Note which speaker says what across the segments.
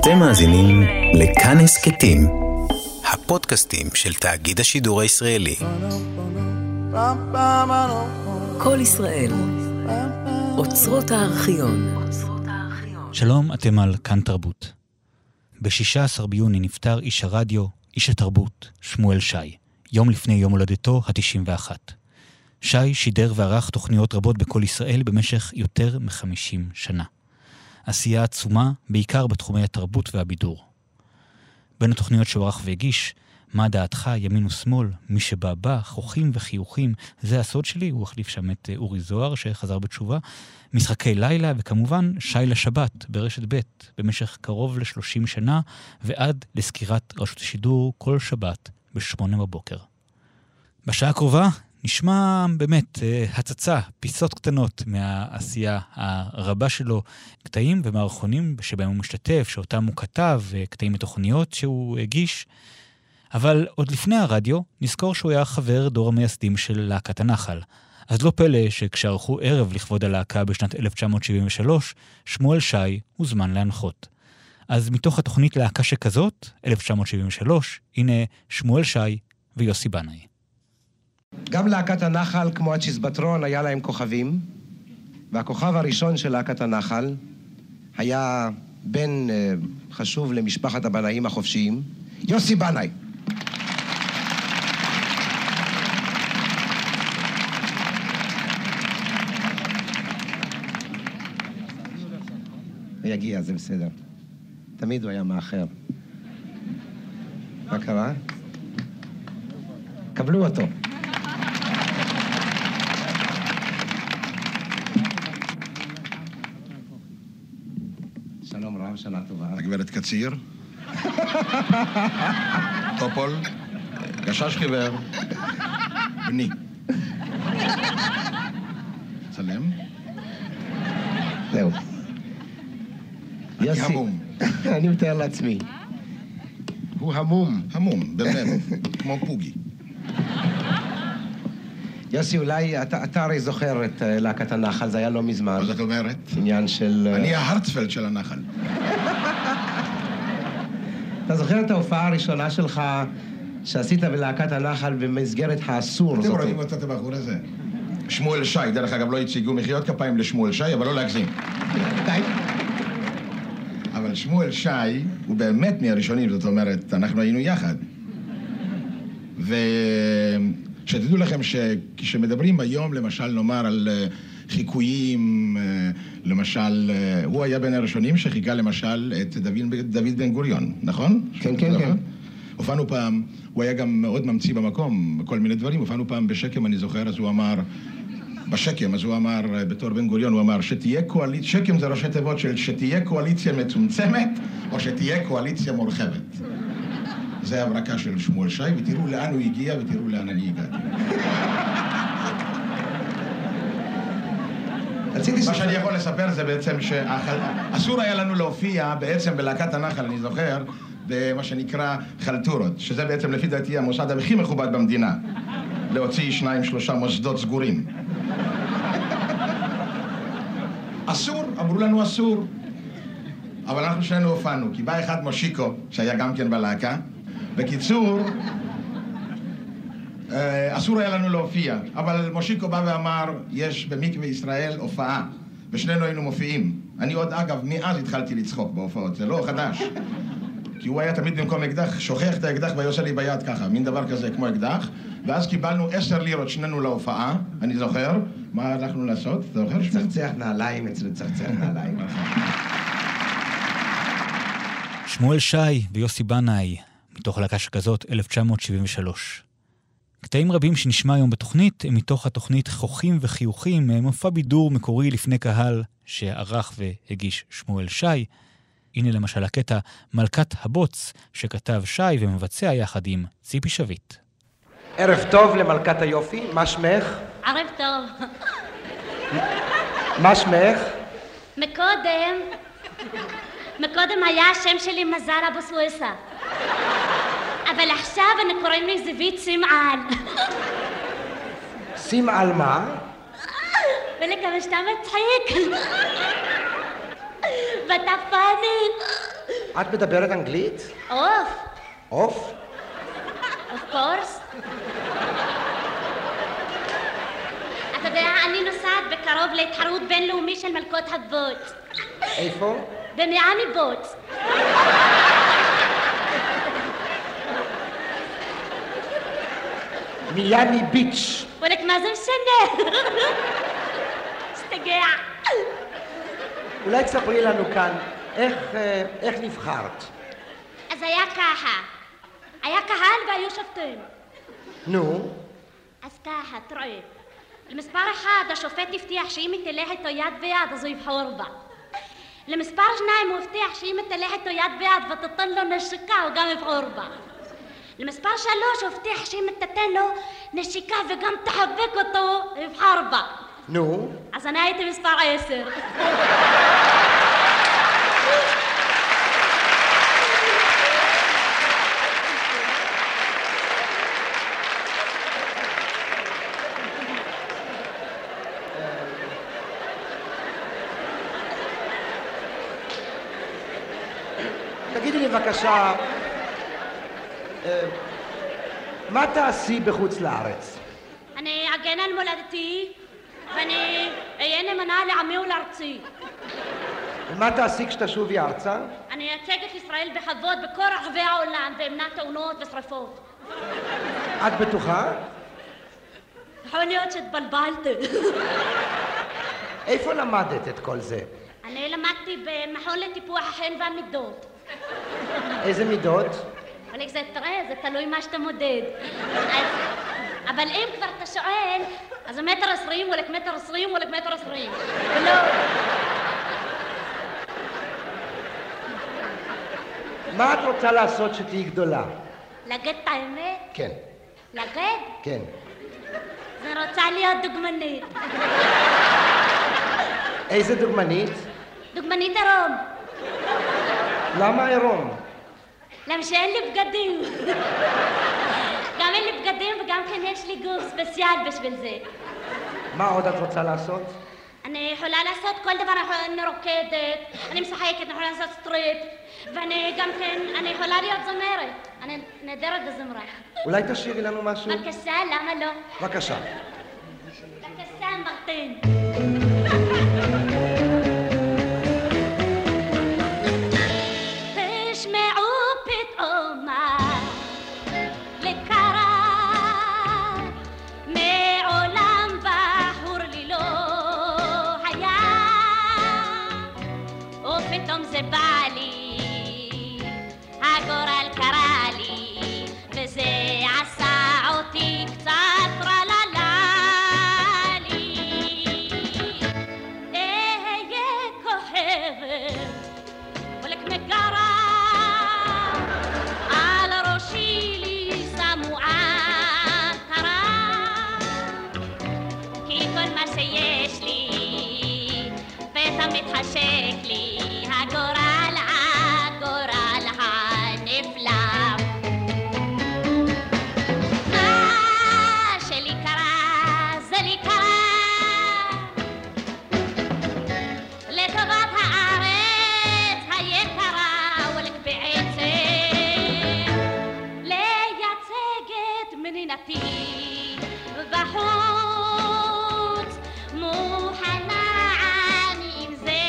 Speaker 1: אתם מאזינים לכאן הסכתים, הפודקאסטים של תאגיד השידור הישראלי.
Speaker 2: כל ישראל, אוצרות הארכיון.
Speaker 3: שלום, אתם על כאן תרבות. ב-16 ביוני נפטר איש הרדיו, איש התרבות, שמואל שי, יום לפני יום הולדתו ה-91. שי שידר וערך תוכניות רבות בכל ישראל במשך יותר מ-50 שנה. עשייה עצומה, בעיקר בתחומי התרבות והבידור. בין התוכניות שהוא ערך והגיש, מה דעתך, ימין ושמאל, מי שבא בא, חוכים וחיוכים, זה הסוד שלי, הוא החליף שם את אורי זוהר שחזר בתשובה, משחקי לילה וכמובן שי לשבת ברשת ב' במשך קרוב ל-30 שנה, ועד לסקירת רשות השידור כל שבת ב-8 בבוקר. בשעה הקרובה נשמע באמת הצצה, פיסות קטנות מהעשייה הרבה שלו, קטעים ומערכונים שבהם הוא משתתף, שאותם הוא כתב, קטעים מתוכניות שהוא הגיש. אבל עוד לפני הרדיו נזכור שהוא היה חבר דור המייסדים של להקת הנחל. אז לא פלא שכשערכו ערב לכבוד הלהקה בשנת 1973, שמואל שי הוזמן להנחות. אז מתוך התוכנית להקה שכזאת, 1973, הנה שמואל שי ויוסי בנאי.
Speaker 4: גם להקת הנחל, כמו הצ'יזבטרון, היה להם כוכבים, והכוכב הראשון של להקת הנחל היה בן חשוב למשפחת הבנאים החופשיים, יוסי בנאי. הוא יגיע, זה בסדר. תמיד הוא היה מאחר. מה קרה? קבלו אותו. שלום רב, שנה טובה.
Speaker 5: הגברת קציר, טופול, גשש חיוור, בני. צלם.
Speaker 4: זהו.
Speaker 5: אני המום.
Speaker 4: אני מתאר לעצמי. הוא המום.
Speaker 5: המום, באמת, כמו פוגי.
Speaker 4: יוסי, אולי אתה הרי זוכר את להקת הנחל, זה היה לא מזמן.
Speaker 5: מה זאת אומרת?
Speaker 4: עניין של...
Speaker 5: אני ההרצפלד של הנחל.
Speaker 4: אתה זוכר את ההופעה הראשונה שלך שעשית בלהקת הנחל במסגרת האסור?
Speaker 5: אתם רואים את הבחור הזה? שמואל שי, דרך אגב לא הציגו מחיאות כפיים לשמואל שי, אבל לא להגזים.
Speaker 4: די.
Speaker 5: אבל שמואל שי הוא באמת מהראשונים, זאת אומרת, אנחנו היינו יחד. שתדעו לכם שכשמדברים היום, למשל, נאמר על חיקויים, למשל, הוא היה בין הראשונים שחיכה למשל את דוד בן גוריון, נכון?
Speaker 4: כן, כן, כן.
Speaker 5: הופענו פעם, הוא היה גם מאוד ממציא במקום, כל מיני דברים, הופענו פעם בשקם, אני זוכר, אז הוא אמר, בשקם, אז הוא אמר, בתור בן גוריון, הוא אמר, שתהיה קואליציה, שקם זה ראשי תיבות של שתהיה קואליציה מצומצמת, או שתהיה קואליציה מורחבת. זה הברקה של שמואל שי, ותראו לאן הוא הגיע, ותראו לאן אני הגעתי. מה שאני יכול לספר זה בעצם שאסור היה לנו להופיע בעצם בלהקת הנחל, אני זוכר, במה שנקרא חלטורות, שזה בעצם לפי דעתי המוסד הכי מכובד במדינה, להוציא 2-3 מוסדות סגורים. אסור, אמרו לנו אסור. אבל אנחנו שנינו הופענו, כי בא אחד מושיקו, שהיה גם כן בלהקה. בקיצור, אסור היה לנו להופיע, אבל מושיקו בא ואמר, יש במקווה ישראל הופעה, ושנינו היינו מופיעים. אני עוד אגב, מאז התחלתי לצחוק בהופעות, זה לא חדש. כי הוא היה תמיד במקום אקדח, שוכח את האקדח ועושה לי ביד ככה, מין דבר כזה כמו אקדח, ואז קיבלנו 10 לירות שנינו להופעה, אני זוכר, מה הלכנו לעשות? אתה זוכר?
Speaker 4: צחצח נעליים, אצל צחצח נעליים.
Speaker 3: שמואל שי ויוסי בנאי, מתוך להקה שכזאת, 1973. קטעים רבים שנשמע היום בתוכנית הם מתוך התוכנית חוכים וחיוכים, מופע בידור מקורי לפני קהל שערך והגיש שמואל שי. הנה למשל הקטע מלכת הבוץ שכתב שי ומבצע יחד עם ציפי שביט.
Speaker 4: ערב טוב למלכת היופי, מה שמך?
Speaker 6: ערב טוב.
Speaker 4: מה שמך?
Speaker 6: מקודם היה השם שלי מזר אבו סוויסה. אבל עכשיו אני קוראים לי זווית סימעל.
Speaker 4: סימעל מה?
Speaker 6: ולך כמה שאתה מצחיק. ואתה פאני.
Speaker 4: את מדברת אנגלית?
Speaker 6: אוף.
Speaker 4: אוף?
Speaker 6: Of course. אתה יודע, אני נוסעת בקרוב להתחרות בינלאומי של מלכות הבוט.
Speaker 4: איפה?
Speaker 6: במיאמי בוט.
Speaker 4: מיאמי ביץ'.
Speaker 6: ולק מה זה משנה? שתגע.
Speaker 4: אולי תספרי לנו כאן איך נבחרת.
Speaker 6: אז היה ככה. היה קהל והיו שופטים.
Speaker 4: נו?
Speaker 6: אז ככה, תראה. למספר 1 השופט הבטיח שאם היא תלך איתו יד ביד אז הוא יבחור בה. למספר 2 הוא הבטיח שאם היא תלך איתו יד ביד ותתן לו נשיקה הוא גם יבחור בה. למספר 3 הוא הבטיח שאם תתן לו נשיקה וגם תחבק אותו הוא יבחר בה.
Speaker 4: נו?
Speaker 6: אז אני הייתי מספר 10.
Speaker 4: תגידי לי בבקשה, מה תעשי בחוץ לארץ?
Speaker 6: אני אגן על מולדתי ואני אהיה נאמנה לעמי ולארצי.
Speaker 4: ומה תעשי כשתשובי ארצה?
Speaker 6: אני אייצג את ישראל בכבוד בכל רחבי העולם ואמנע תאונות ושרפות.
Speaker 4: את בטוחה?
Speaker 6: יכול להיות שהתבלבלת.
Speaker 4: איפה למדת את כל זה?
Speaker 6: אני למדתי במכון לטיפוח החן והמידות.
Speaker 4: איזה מידות?
Speaker 6: אבל זה תראה, זה תלוי מה שאתה מודד. אבל אם כבר אתה שואל, אז 1.20 ולק 1.20 ולק 1.20. ולא...
Speaker 4: מה את רוצה לעשות שתהיי גדולה?
Speaker 6: להגיד את האמת?
Speaker 4: כן.
Speaker 6: להגיד?
Speaker 4: כן.
Speaker 6: אני רוצה להיות דוגמנית.
Speaker 4: איזה דוגמנית?
Speaker 6: דוגמנית עירום.
Speaker 4: למה עירום?
Speaker 6: למה שאין לי בגדים. גם אין לי בגדים וגם כן יש לי גוף ספציאל בשביל זה.
Speaker 4: מה עוד את רוצה לעשות?
Speaker 6: אני יכולה לעשות כל דבר, אני רוקדת, אני משחקת, אני יכולה לעשות סטריפ, ואני גם כן, אני יכולה להיות זמרת. אני נהדרת בזמרה.
Speaker 4: אולי תשאירי לנו משהו?
Speaker 6: בבקשה, למה לא?
Speaker 4: בבקשה.
Speaker 6: בבקשה, מרטין. תשמעו פתאום לקרה מעולם בחור לי לא היה ופתאום זה בא לי הגורל קרא לי וזה עשה אותי קצת רללה לי אהיה כוכבת ולק מגרה על ראשי לי שמו עטרה כי כל מה שיש לי פתע מתחשק לי הגורל הנפלא שלי קרה זה לי קרה לטובת הארץ היקרה ולק בעצם לייצג את מדינתי בחוץ מוכנה אני עם זה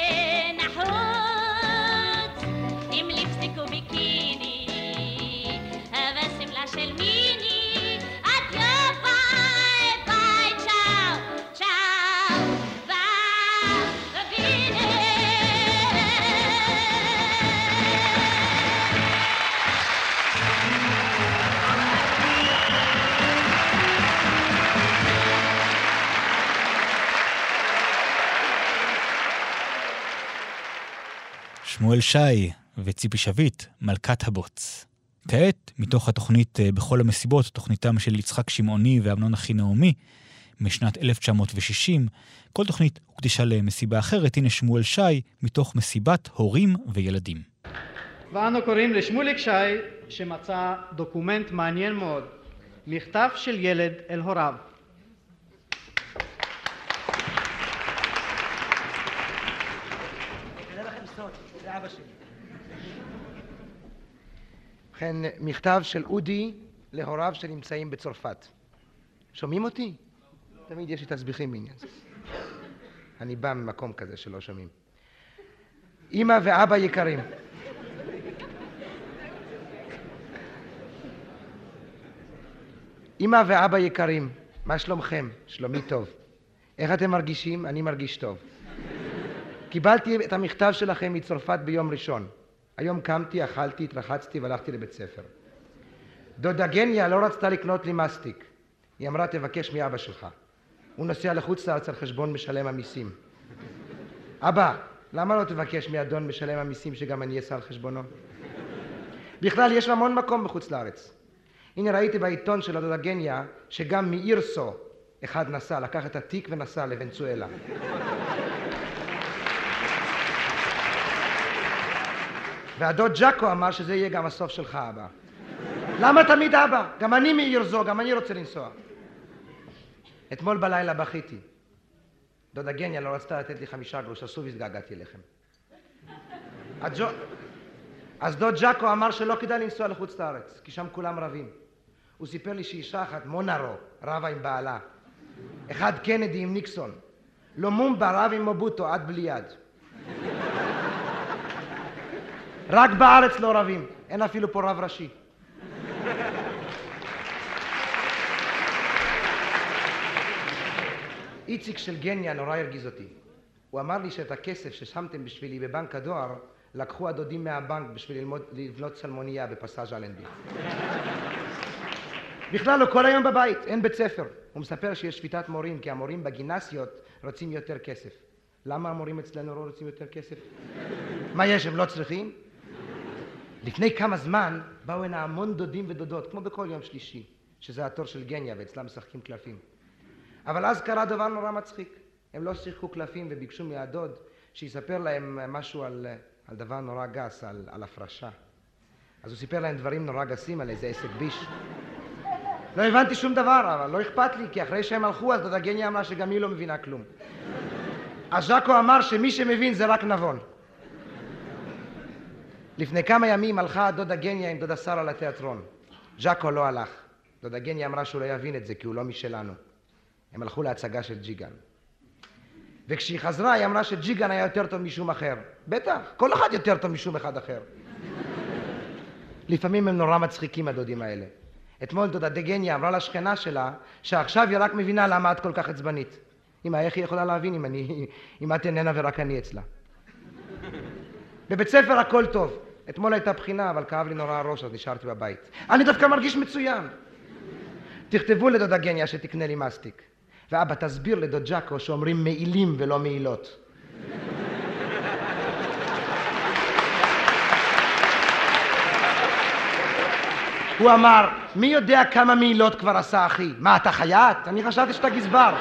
Speaker 6: נחוץ עם ליפסטיק וביקיני ושמלה של מיני אדיו ביי ביי צ'או צ'או ביי
Speaker 3: שמואל שי וציפי שביט, מלכת הבוץ. כעת, מתוך התוכנית בכל המסיבות, תוכניתם של יצחק שמעוני ואמנון אחינעמי, משנת 1960, כל תוכנית הוקדשה למסיבה אחרת. הנה שמואל שי, מתוך מסיבת הורים וילדים.
Speaker 7: ואנו קוראים לשמוליק שי, שמצא דוקומנט מעניין מאוד, מכתב של ילד אל הוריו.
Speaker 4: אגלה לכם סוד, זה אבא שלי. ובכן, מכתב של אודי להוריו שנמצאים בצרפת. שומעים אותי? תמיד יש לי תסביכים מעניין. אני בא ממקום כזה שלא שומעים. אמא ואבא יקרים. אמא ואבא יקרים, מה שלומכם? שלומי טוב. איך אתם מרגישים? אני מרגיש טוב. קיבלתי את המכתב שלכם מצרפת ביום ראשון. היום קמתי, אכלתי, התרחצתי והלכתי לבית ספר. דודה גניה לא רצתה לקנות לי מסטיק. היא אמרה, תבקש מאבא שלך. הוא נוסע לחוץ לארץ על חשבון משלם המיסים. אבא, למה לא תבקש מאדון משלם המיסים שגם אני אעשה על חשבונו? בכלל, יש המון מקום בחוץ לארץ. הנה ראיתי בעיתון של הדודה גניה שגם מאירסו אחד נסע, לקח את התיק ונסע לוונצואלה. והדוד ג'אקו אמר שזה יהיה גם הסוף שלך, אבא. למה תמיד אבא? גם אני מאירזו, גם אני רוצה לנסוע. אתמול בלילה בכיתי. דודה גניה לא רצתה לתת לי 5 גרוש, עשו והתגעגעתי אליכם. אז דוד ג'אקו אמר שלא כדאי לנסוע לחוץ לארץ, כי שם כולם רבים. הוא סיפר לי שאישה אחת, מונרו, רבה עם בעלה. אחד קנדי עם ניקסון. לומומבה רב עם מובוטו, עד בלי יד. רק בארץ לא רבים, אין אפילו פה רב ראשי. איציק של גניה נורא הרגיז אותי. הוא אמר לי שאת הכסף ששמתם בשבילי בבנק הדואר לקחו הדודים מהבנק בשביל לבנות סלמוניה בפסאז' אלנבי. בכלל לא, כל היום בבית, אין בית ספר. הוא מספר שיש שביתת מורים, כי המורים בגינסיות רוצים יותר כסף. למה המורים אצלנו לא רוצים יותר כסף? מה יש, הם לא צריכים? לפני כמה זמן באו הנה המון דודים ודודות, כמו בכל יום שלישי, שזה התור של גניה ואצלם משחקים קלפים. אבל אז קרה דבר נורא מצחיק. הם לא שיחקו קלפים וביקשו מהדוד שיספר להם משהו על דבר נורא גס, על הפרשה. אז הוא סיפר להם דברים נורא גסים על איזה עסק ביש. לא הבנתי שום דבר, אבל לא אכפת לי, כי אחרי שהם הלכו, אז דודה גניה אמרה שגם היא לא מבינה כלום. אז ז'אקו אמר שמי שמבין זה רק נבון. לפני כמה ימים הלכה דודה גניה עם דודה שרה לתיאטרון. ז'אקו לא הלך. דודה גניה אמרה שהוא לא יבין את זה, כי הוא לא משלנו. הם הלכו להצגה של ג'יגן. וכשהיא חזרה, היא אמרה שג'יגן היה יותר טוב משום אחר. בטח, כל אחד יותר טוב משום אחד אחר. לפעמים הם נורא מצחיקים, הדודים האלה. אתמול דודה גניה אמרה לשכנה שלה, שעכשיו היא רק מבינה למה את כל כך עצבנית. אמא, איך היא יכולה להבין אם את איננה ורק אני אצלה? בבית ספר הכל טוב. אתמול הייתה בחינה, אבל כאב לי נורא הראש, אז נשארתי בבית. אני דווקא מרגיש מצוין. תכתבו לדודה גניה שתקנה לי מסטיק. ואבא, תסביר לדוד ג'אקו שאומרים מעילים ולא מעילות. הוא אמר, מי יודע כמה מעילות כבר עשה אחי? מה, אתה חייט? אני חשבתי שאתה גזבר.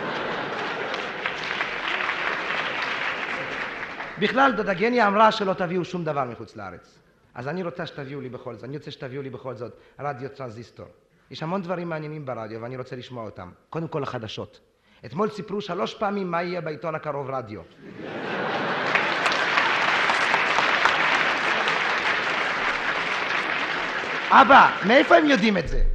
Speaker 4: בכלל, דודה גניה אמרה שלא תביאו שום דבר מחוץ לארץ. אז אני רוצה שתביאו לי בכל זאת, אני רוצה שתביאו לי בכל זאת רדיו טרנזיסטור. יש המון דברים מעניינים ברדיו ואני רוצה לשמוע אותם. קודם כל החדשות. אתמול סיפרו 3 פעמים מה יהיה בעיתון הקרוב רדיו. אבא, מאיפה הם יודעים את זה?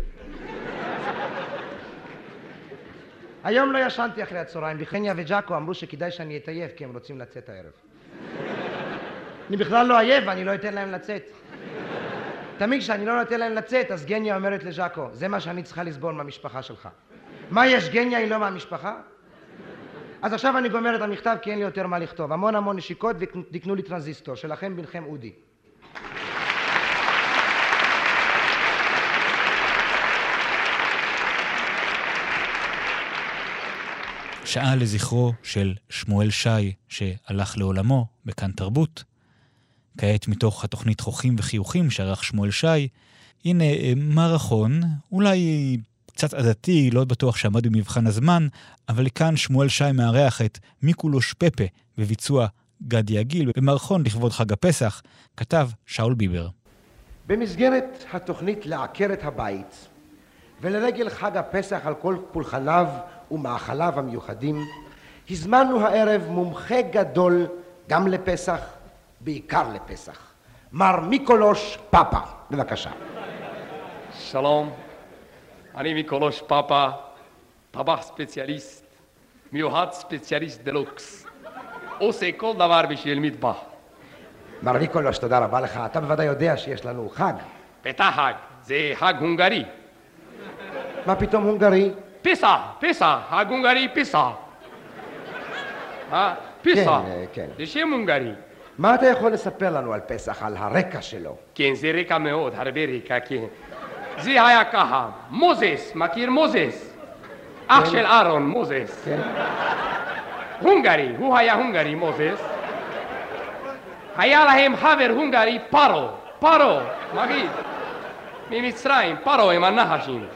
Speaker 4: היום לא ישנתי אחרי הצהריים, וחניה וג'אקו אמרו שכדאי שאני אתעייף כי הם רוצים לצאת הערב. אני בכלל לא עייף ואני לא אתן להם לצאת. תמיד כשאני לא נותן להם לצאת, אז גניה אומרת לג'אקו, זה מה שאני צריכה לסבול מהמשפחה שלך. מה יש, גניה היא לא מהמשפחה? אז עכשיו אני גומר את המכתב כי אין לי יותר מה לכתוב. המון נשיקות ותקנו לי טרנזיסטור, שלכם בנכם אודי.
Speaker 3: שעה לזכרו של שמואל שי שהלך לעולמו בכאן תרבות. כעת מתוך התוכנית חוכים וחיוכים שערך שמואל שי, הנה מערכון, אולי קצת עדתי, לא בטוח שעמד במבחן הזמן, אבל כאן שמואל שי מארח את מיקולוש פפה בביצוע גדי עגיל, במערכון לכבוד חג הפסח, כתב שאול ביבר.
Speaker 4: במסגרת התוכנית לעקרת הבית, ולרגל חג הפסח על כל פולחניו ומאכליו המיוחדים, הזמנו הערב מומחה גדול גם לפסח, בעיקר לפסח, מר מיקולוש פאפה. בבקשה.
Speaker 8: שלום, אני מיקולוש פאפה, טבח ספציאליסט, מיוחד ספציאליסט דלוקס. עושה כל דבר בשביל מטבח.
Speaker 4: מר מיקולוש, תודה רבה לך. אתה בוודאי יודע שיש לנו חג.
Speaker 8: בטח חג, זה חג הונגרי.
Speaker 4: מה פתאום הונגרי?
Speaker 8: פיסה, חג הונגרי פיסה. פיסה,
Speaker 4: כן.
Speaker 8: זה שם הונגרי.
Speaker 4: מה אתה יכול לספר לנו על פסח, על הרקע שלו?
Speaker 8: כן, זה רקע מאוד, הרבה רקע, כן. זה היה ככה, מוזס, מכיר מוזס? אח של אהרון, מוזס.
Speaker 4: כן.
Speaker 8: הונגרי, הוא היה הונגרי, מוזס. היה להם חבר הונגרי, פרו, מגיד, ממצרים, פרו עם הנחשים.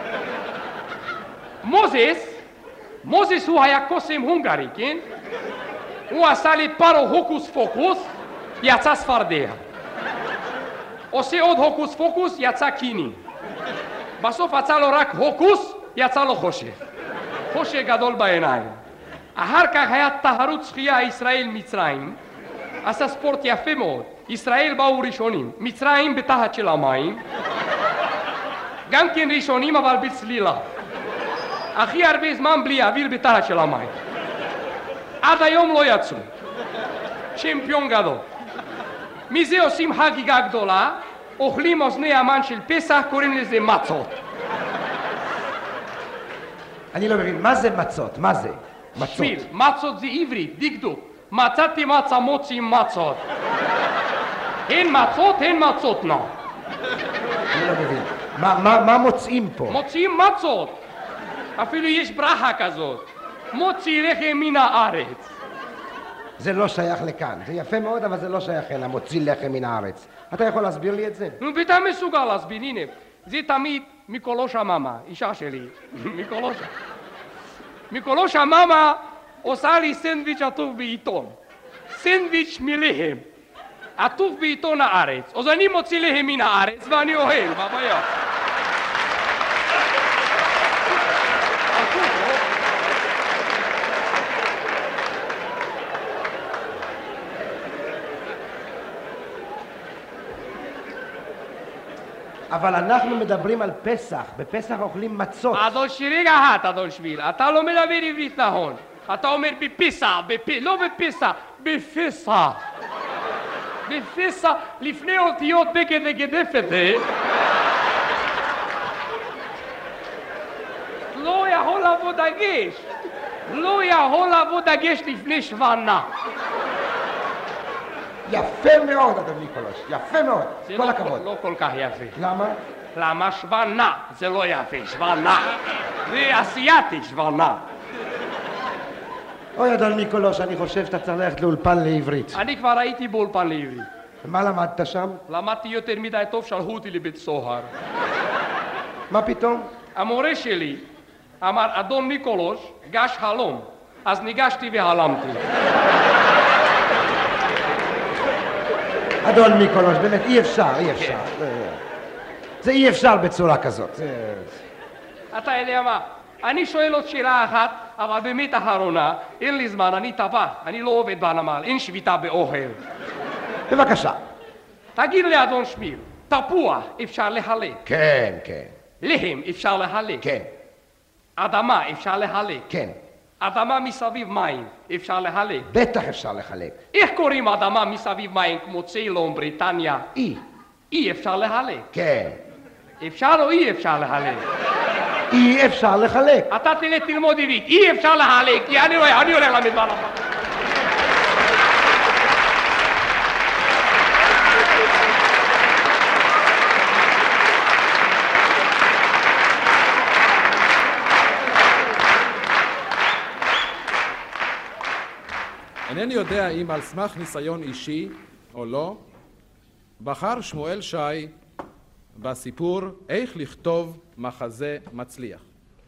Speaker 8: מוזס הוא היה קוסם הונגרי, כן? הוא עשה לי פרו הוקוס פוקוס, יצא ספרדיה. עושה עוד הוקוס פוקוס, יצא קיני. בסוף יצא לו רק הוקוס, יצא לו חושך גדול בעיניים. אחר כך היה תחרות שחייה ישראל-מצרים, עשה ספורט יפה מאוד. ישראל באו ראשונים, מצרים בתחת של המים, גם כן ראשונים אבל בצלילה. הכי הרבה זמן בלי אוויר בתחת של המים. עד היום לא יצאו. צ'מפיון גדול. מזה עושים חגיגה גדולה, אוכלים אוזני המן של פסח, קוראים לזה מצות.
Speaker 4: אני לא מבין, מה זה מצות? מה זה?
Speaker 8: שפיל, מצות זה עברית, דקדוק. מצאתי מצה מוצאים מצות. הן מצות נא.
Speaker 4: אני לא מבין. מה מוצאים פה?
Speaker 8: מוצאים מצות. אפילו יש ברכה כזאת. מוציא לחם מן הארץ.
Speaker 4: זה לא שייך לכאן. זה יפה מאוד, אבל זה לא שייך אל המוציא לחם מן הארץ. אתה יכול להסביר לי את זה?
Speaker 8: נו, ואתה מסוגל להסביר, הנה. זה תמיד מיקולושה מאמה, אישה שלי. מיקולושה מאמה עושה לי סנדוויץ' עטוף בעיתון. סנדוויץ' מלחם. עטוף בעיתון הארץ. אז אני מוציא לחם מן הארץ ואני אוהל, בבעיה.
Speaker 4: אבל אנחנו מדברים על פסח. בפסח אוכלים מצות.
Speaker 8: אדון רגע אחת, אדון שביל. אתה לא מדבר עברית נכון. אתה אומר בפיסה, לא בפיסה, בפיסה. בפיסה, לפני אותיות בגד וגדפת, לא יכול לבוא דגש. לא יכול לבוא דגש לפני שוונה.
Speaker 4: יפה מאוד, אדון ניקולוש, יפה מאוד. כל הכבוד.
Speaker 8: לא כל כך יפה.
Speaker 4: למה?
Speaker 8: למה שוונה? זה לא יפה, שוונה. זה אסיאתי, שוונה.
Speaker 4: אוי, אדון ניקולוש, אני חושב שאתה צריך ללכת לאולפן לעברית.
Speaker 8: אני כבר הייתי באולפן לעברית.
Speaker 4: מה למדת שם?
Speaker 8: למדתי יותר מדי טוב, שלחו אותי לבית סוהר.
Speaker 4: מה פתאום?
Speaker 8: המורה שלי אמר, אדון ניקולוש, גש חלום. אז ניגשתי והלמתי.
Speaker 4: אדון ניקולוש, באמת אי אפשר. זה אי אפשר בצורה כזאת.
Speaker 8: אתה יודע מה? אני שואל עוד שאלה אחת, אבל באמת אחרונה, אין לי זמן, אני טבח, אני לא עובד בנמל, אין שביתה באוכל.
Speaker 4: בבקשה.
Speaker 8: תגיד לי, אדון שמיר, תפוח אפשר לחלק?
Speaker 4: כן.
Speaker 8: לחם אפשר לחלק?
Speaker 4: כן.
Speaker 8: אדמה אפשר לחלק?
Speaker 4: כן.
Speaker 8: אדמה מסביב מים אפשר לחלק?
Speaker 4: בטח אפשר לחלק.
Speaker 8: איך קוראים אדמה מסביב מים כמו צילום, בריטניה? אי אפשר לחלק?
Speaker 4: כן.
Speaker 8: אפשר או אי אפשר לחלק?
Speaker 4: אי אפשר לחלק.
Speaker 8: אתה תלך תלמוד עברית, אי אפשר לחלק, כי אני הולך למדבר הבא.
Speaker 9: אינני יודע אם על סמך ניסיון אישי או לא, בחר שמואל שי בסיפור איך לכתוב מחזה מצליח.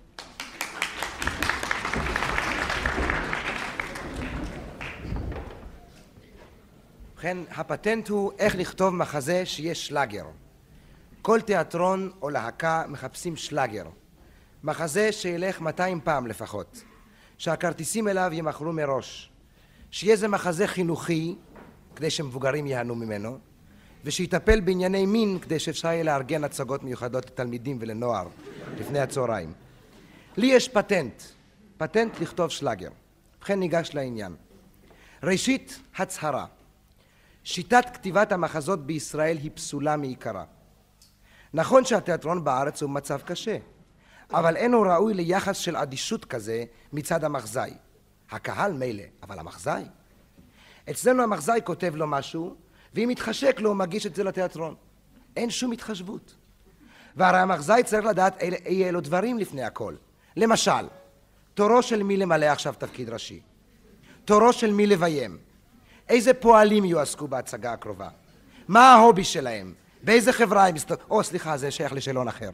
Speaker 4: ובכן, הפטנט הוא איך לכתוב מחזה שיש שלאגר. כל תיאטרון או להקה מחפשים שלאגר. מחזה שילך 200 פעם לפחות. שהכרטיסים אליו ימכרו מראש. שיהיה זה מחזה חינוכי, כדי שמבוגרים יהנו ממנו. ושיטפל בענייני מין כדי שאפשר יהיה לארגן הצגות מיוחדות לתלמידים ולנוער לפני הצהריים. לי יש פטנט לכתוב שלאגר. ובכן ניגש לעניין. ראשית, הצהרה. שיטת כתיבת המחזות בישראל היא פסולה מעיקרה. נכון שהתיאטרון בארץ הוא במצב קשה, אבל אינו ראוי ליחס של אדישות כזה מצד המחזאי. הקהל מילא, אבל המחזאי? אצלנו המחזאי כותב לו משהו, ואם מתחשק לו הוא מגיש את זה לתיאטרון. אין שום התחשבות. והרי המחזאי צריך לדעת אי אלו דברים לפני הכל. למשל, תורו של מי למלא עכשיו תפקיד ראשי? תורו של מי לביים? איזה פועלים יועסקו בהצגה הקרובה? מה ההובי שלהם? באיזה חברה הם סליחה, זה שייך לשאלון אחר.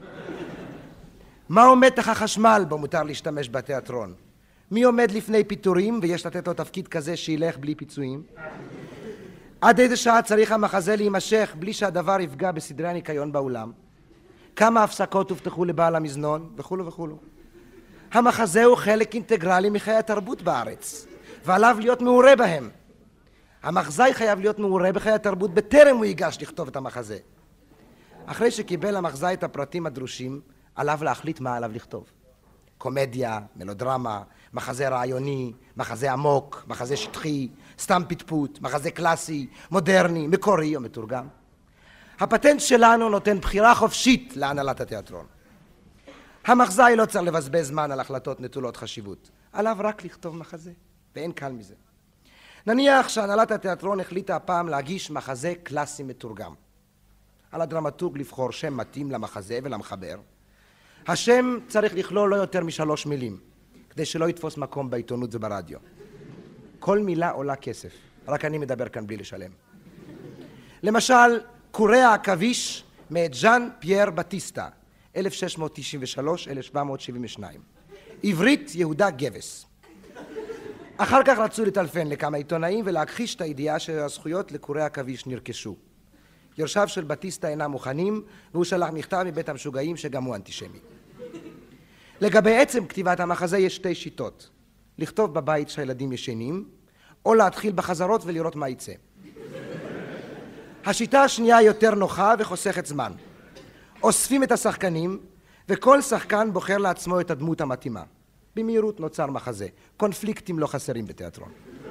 Speaker 4: מהו מתח החשמל בו מותר להשתמש בתיאטרון? מי עומד לפני פיטורים ויש לתת לו תפקיד כזה שילך בלי פיצויים? עד איזה שעה צריך המחזה להימשך בלי שהדבר יפגע בסדרי הניקיון באולם? כמה הפסקות הובטחו לבעל המזנון? וכו' וכו'. המחזה הוא חלק אינטגרלי מחיי התרבות בארץ, ועליו להיות מעורה בהם. המחזאי חייב להיות מעורה בחיי התרבות בטרם הוא ייגש לכתוב את המחזה. אחרי שקיבל המחזאי את הפרטים הדרושים, עליו להחליט מה עליו לכתוב. קומדיה, מלודרמה, מחזה רעיוני, מחזה עמוק, מחזה שטחי, סתם פטפוט, מחזה קלאסי, מודרני, מקורי או מתורגם. הפטנט שלנו נותן בחירה חופשית להנהלת התיאטרון. המחזאי לא צריך לבזבז זמן על החלטות נטולות חשיבות. עליו רק לכתוב מחזה, ואין קל מזה. נניח שהנהלת התיאטרון החליטה הפעם להגיש מחזה קלאסי מתורגם. על הדרמטורג לבחור שם מתאים למחזה ולמחבר. השם צריך לכלול לא יותר מ3 מילים, כדי שלא יתפוס מקום בעיתונות וברדיו. כל מילה עולה כסף, רק אני מדבר כאן בלי לשלם. למשל, קוריאה עכביש מאת ז'אן פייר בטיסטה, 1693-1772. עברית יהודה גבס. אחר כך רצו לטלפן לכמה עיתונאים ולהכחיש את הידיעה שהזכויות לקוריאה עכביש נרכשו. יורשיו של בטיסטה אינם מוכנים, והוא שלח מכתב מבית המשוגעים שגם הוא אנטישמי. לגבי עצם כתיבת המחזה יש 2 שיטות. לכתוב בבית שהילדים ישנים, או להתחיל בחזרות ולראות מה יצא. השיטה השנייה יותר נוחה וחוסכת זמן. אוספים את השחקנים, וכל שחקן בוחר לעצמו את הדמות המתאימה. במהירות נוצר מחזה. קונפליקטים לא חסרים בתיאטרון.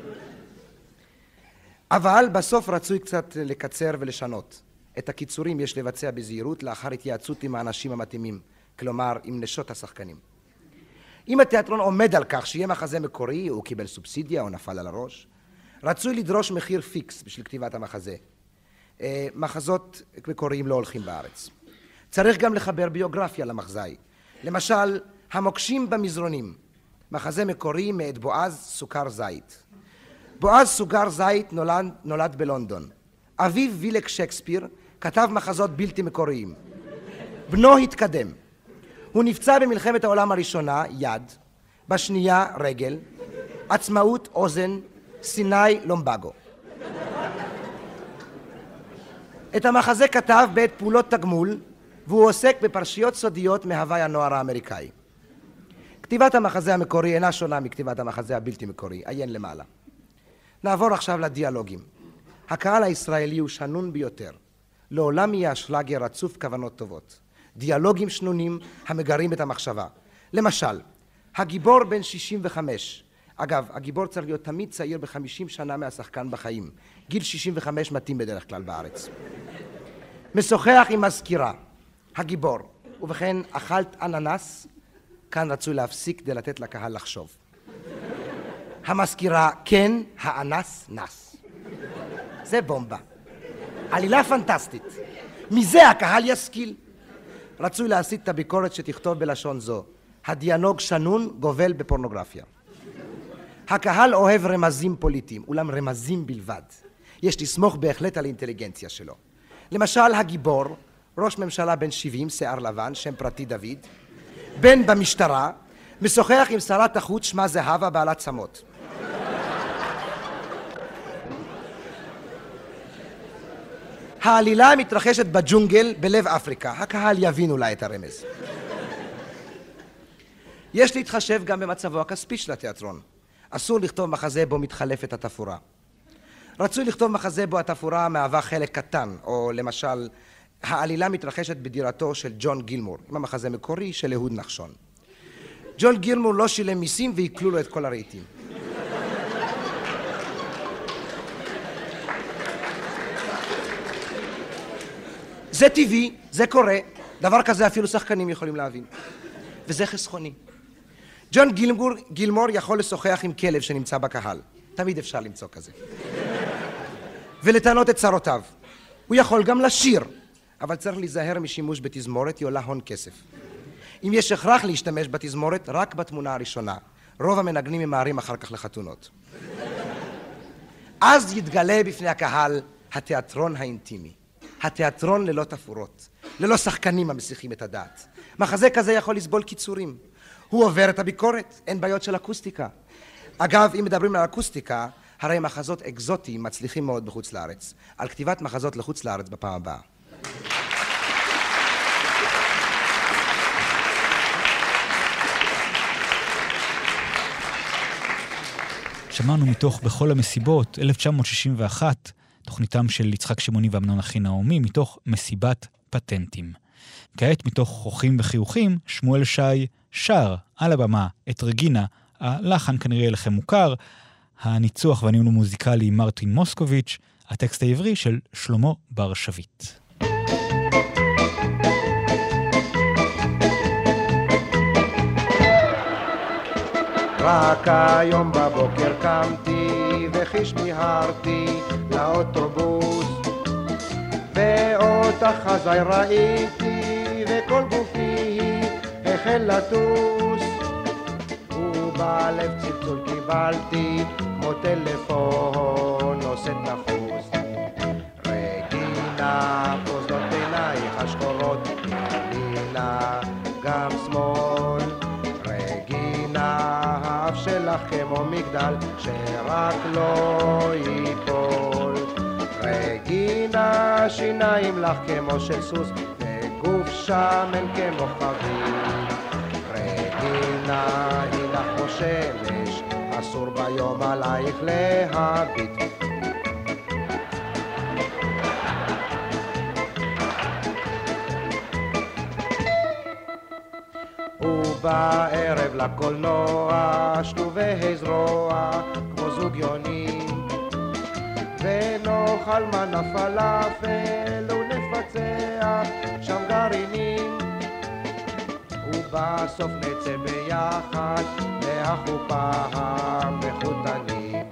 Speaker 4: אבל בסוף רצוי קצת לקצר ולשנות. את הקיצורים יש לבצע בזהירות לאחר התייעצות עם האנשים המתאימים, כלומר עם נשות השחקנים. אם התיאטרון עומד על כך שיהיה מחזה מקורי, הוא קיבל סובסידיה או נפל על הראש, רצוי לדרוש מחיר פיקס בשביל כתיבת המחזה. מחזות מקוריים לא הולכים בארץ. צריך גם לחבר ביוגרפיה למחזאי. למשל, המוקשים במזרונים, מחזה מקורי מאת בועז סוכר זית. בועז סוכר זית נולד בלונדון. אביו וילק שייקספיר כתב מחזות בלתי מקוריים. בנו התקדם. הוא נפצע במלחמת העולם הראשונה, יד, בשנייה, רגל, עצמאות, אוזן, סיני, לומבגו. את המחזה כתב בעת פעולות תגמול, והוא עוסק בפרשיות סודיות מהווי הנוער האמריקאי. כתיבת המחזה המקורי אינה שונה מכתיבת המחזה הבלתי מקורי, עיין למעלה. נעבור עכשיו לדיאלוגים. הקהל הישראלי הוא שנון ביותר. לעולם יהיה השלאגר רצוף כוונות טובות. דיאלוגים שנונים המגרים את המחשבה. למשל, הגיבור בן 65. אגב, הגיבור צריך להיות תמיד צעיר ב50 שנה מהשחקן בחיים. גיל 65 מתאים בדרך כלל בארץ. משוחח עם מזכירה. הגיבור. ובכן, אכלת אננס? כאן רצוי להפסיק כדי לתת לקהל לחשוב. המזכירה, כן, האנס נס. זה בומבה. עלילה פנטסטית. מזה הקהל ישכיל. רצוי להסיט את הביקורת שתכתוב בלשון זו. הדיאלוג שנון גובל בפורנוגרפיה. הקהל אוהב רמזים פוליטיים, אולם רמזים בלבד. יש לסמוך בהחלט על האינטליגנציה שלו. למשל, הגיבור, ראש ממשלה בן 70, שיער לבן, שם פרטי דוד, בן במשטרה, משוחח עם שרת החוץ שמה זהבה בעלת צמות. העלילה מתרחשת בג'ונגל בלב אפריקה. הקהל יבין אולי את הרמז. יש להתחשב גם במצבו הכספי של התיאטרון. אסור לכתוב מחזה בו מתחלפת התפאורה. רצוי לכתוב מחזה בו התפאורה מהווה חלק קטן, או למשל, העלילה מתרחשת בדירתו של ג'ון גילמור, עם המחזה מקורי של אהוד נחשון. ג'ון גילמור לא שילם מיסים ועיקלו לו את כל הרהיטים. זה טבעי, זה קורה, דבר כזה אפילו שחקנים יכולים להבין. וזה חסכוני. ג'ון גילמור יכול לשוחח עם כלב שנמצא בקהל. תמיד אפשר למצוא כזה. ולטענות את צרותיו. הוא יכול גם לשיר, אבל צריך להיזהר משימוש בתזמורת, היא עולה הון כסף. אם יש הכרח להשתמש בתזמורת, רק בתמונה הראשונה. רוב המנגנים ממהרים אחר כך לחתונות. אז יתגלה בפני הקהל התיאטרון האינטימי. התיאטרון ללא תפאורות, ללא שחקנים המסיחים את הדעת. מחזה כזה יכול לסבול קיצורים. הוא עובר את הביקורת, אין בעיות של אקוסטיקה. אגב, אם מדברים על אקוסטיקה, הרי מחזות אקזוטיים מצליחים מאוד בחוץ לארץ. על כתיבת מחזות לחוץ לארץ בפעם הבאה.
Speaker 3: שמענו מתוך בכל המסיבות, 1961, תוכניתם של יצחק שמעוני ואמנון אחינעמי, מתוך מסיבת פטנטים. כעת מתוך חוכים וחיוכים, שמואל שי שר על הבמה את רגינה, הלחן כנראה לכם מוכר, הניצוח והניהול המוזיקלי מרטין מוסקוביץ', הטקסט העברי של שלמה בר שביט.
Speaker 4: רק היום בבוקר קמתי וחיש מיהרתי לאוטובוס ואותך חזי ראיתי וכל גופי החל לטוס ובלב צלצול קיבלתי כמו טלפון נושאת נחוס רגינה פוזלות עינייך השחורות ימינה גם שמאל האף שלך כמו מגדל שרק לא ייפול רגינה שיניים לך כמו של סוס וגוף שמן כמו חביב רגינה היא לך כמו שמש אסור ביום עלייך להביט ובערב לקולנוע שנו והזרוע כמו זוג יונים ונאכל מנה פלאפל ונפצח שם גרעינים ובסוף נצא ביחד מהחופה המחותנים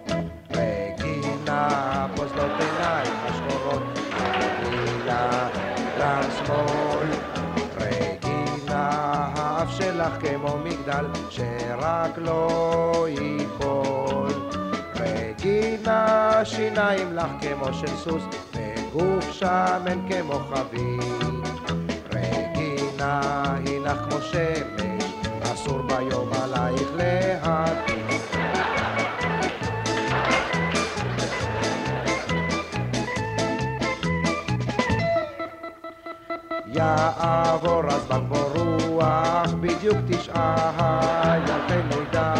Speaker 4: רגינה פוזלות עיניים השחורות רגינה גם שמאל האף שלך כמו מגדל שרק לא ייפול רגינה שיניים לך כמו של סוס וגוף שמן כמו חביב רגינה היא לך כמו שמש אסור ביום עלייך להביט יעבור הזמן ברוח בדיוק 9 ילדי לידה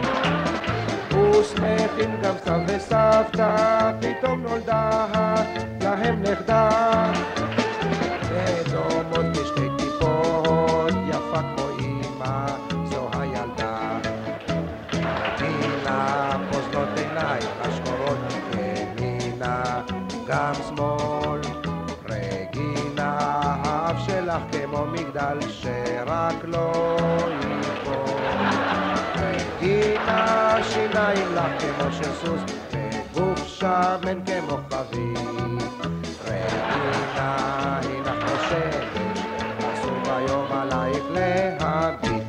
Speaker 4: ושמחים גם סב וסבתא פתאום נולדה להם נכדה ודומות בשתי טיפות יפה כמו אמא זו הילדה רגינה פוזלות עיניים השחורות ימינה גם שמאל האף שלך כמו מגדל שרק לא ייפול רגינה שיניים לך כמו של סוס וגוף שמן כמו חביב רגינה היא לך כמו שמש אסור ביום עלייך להביט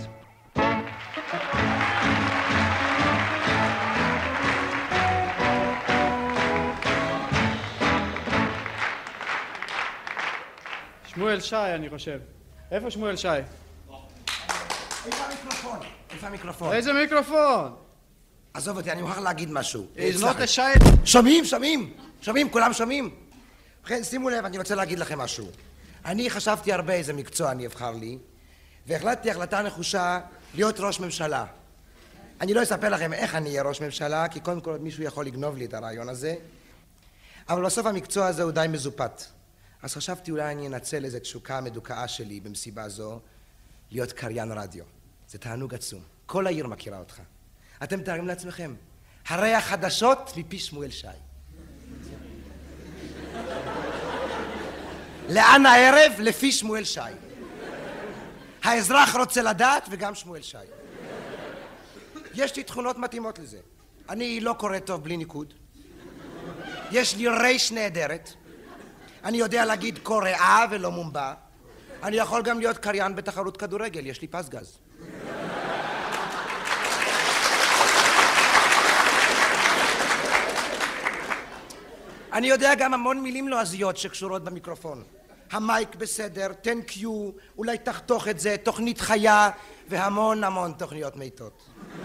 Speaker 7: שמואל שי, אני חושב. איפה שמואל שי?
Speaker 4: איפה המיקרופון? איפה המיקרופון?
Speaker 7: איזה מיקרופון?
Speaker 4: עזוב אותי, אני מוכרח להגיד משהו.
Speaker 7: Is not a shy.
Speaker 4: שומעים, כולם שומעים. ובכן, שימו לב, אני רוצה להגיד לכם משהו. אני חשבתי הרבה איזה מקצוע אני אבחר לי, והחלטתי החלטה נחושה להיות ראש ממשלה. אני לא אספר לכם איך אני אהיה ראש ממשלה, כי קודם כל עוד מישהו יכול לגנוב לי את הרעיון הזה, אבל בסוף המקצוע הזה הוא די מזופת. אז חשבתי אולי אני אנצל איזו תשוקה מדוכאה שלי במסיבה זו, להיות קריין רדיו. זה תענוג עצום. כל העיר מכירה אותך. אתם תארים לעצמכם. הרי החדשות מפי שמואל שי. לאן הערב? לפי שמואל שי. האזרח רוצה לדעת וגם שמואל שי. יש לי תכונות מתאימות לזה. אני לא קורא טוב בלי ניקוד. יש לי רייש נהדרת. אני יודע להגיד קוריאה ולא מומבה. אני יכול גם להיות קריין בתחרות כדורגל, יש לי פס גז. אני יודע גם המון מילים לועזיות שקשורות במיקרופון. המייק בסדר, תן קיו, אולי תחתוך את זה, תוכנית חיה, והמון המון תוכניות מיתות.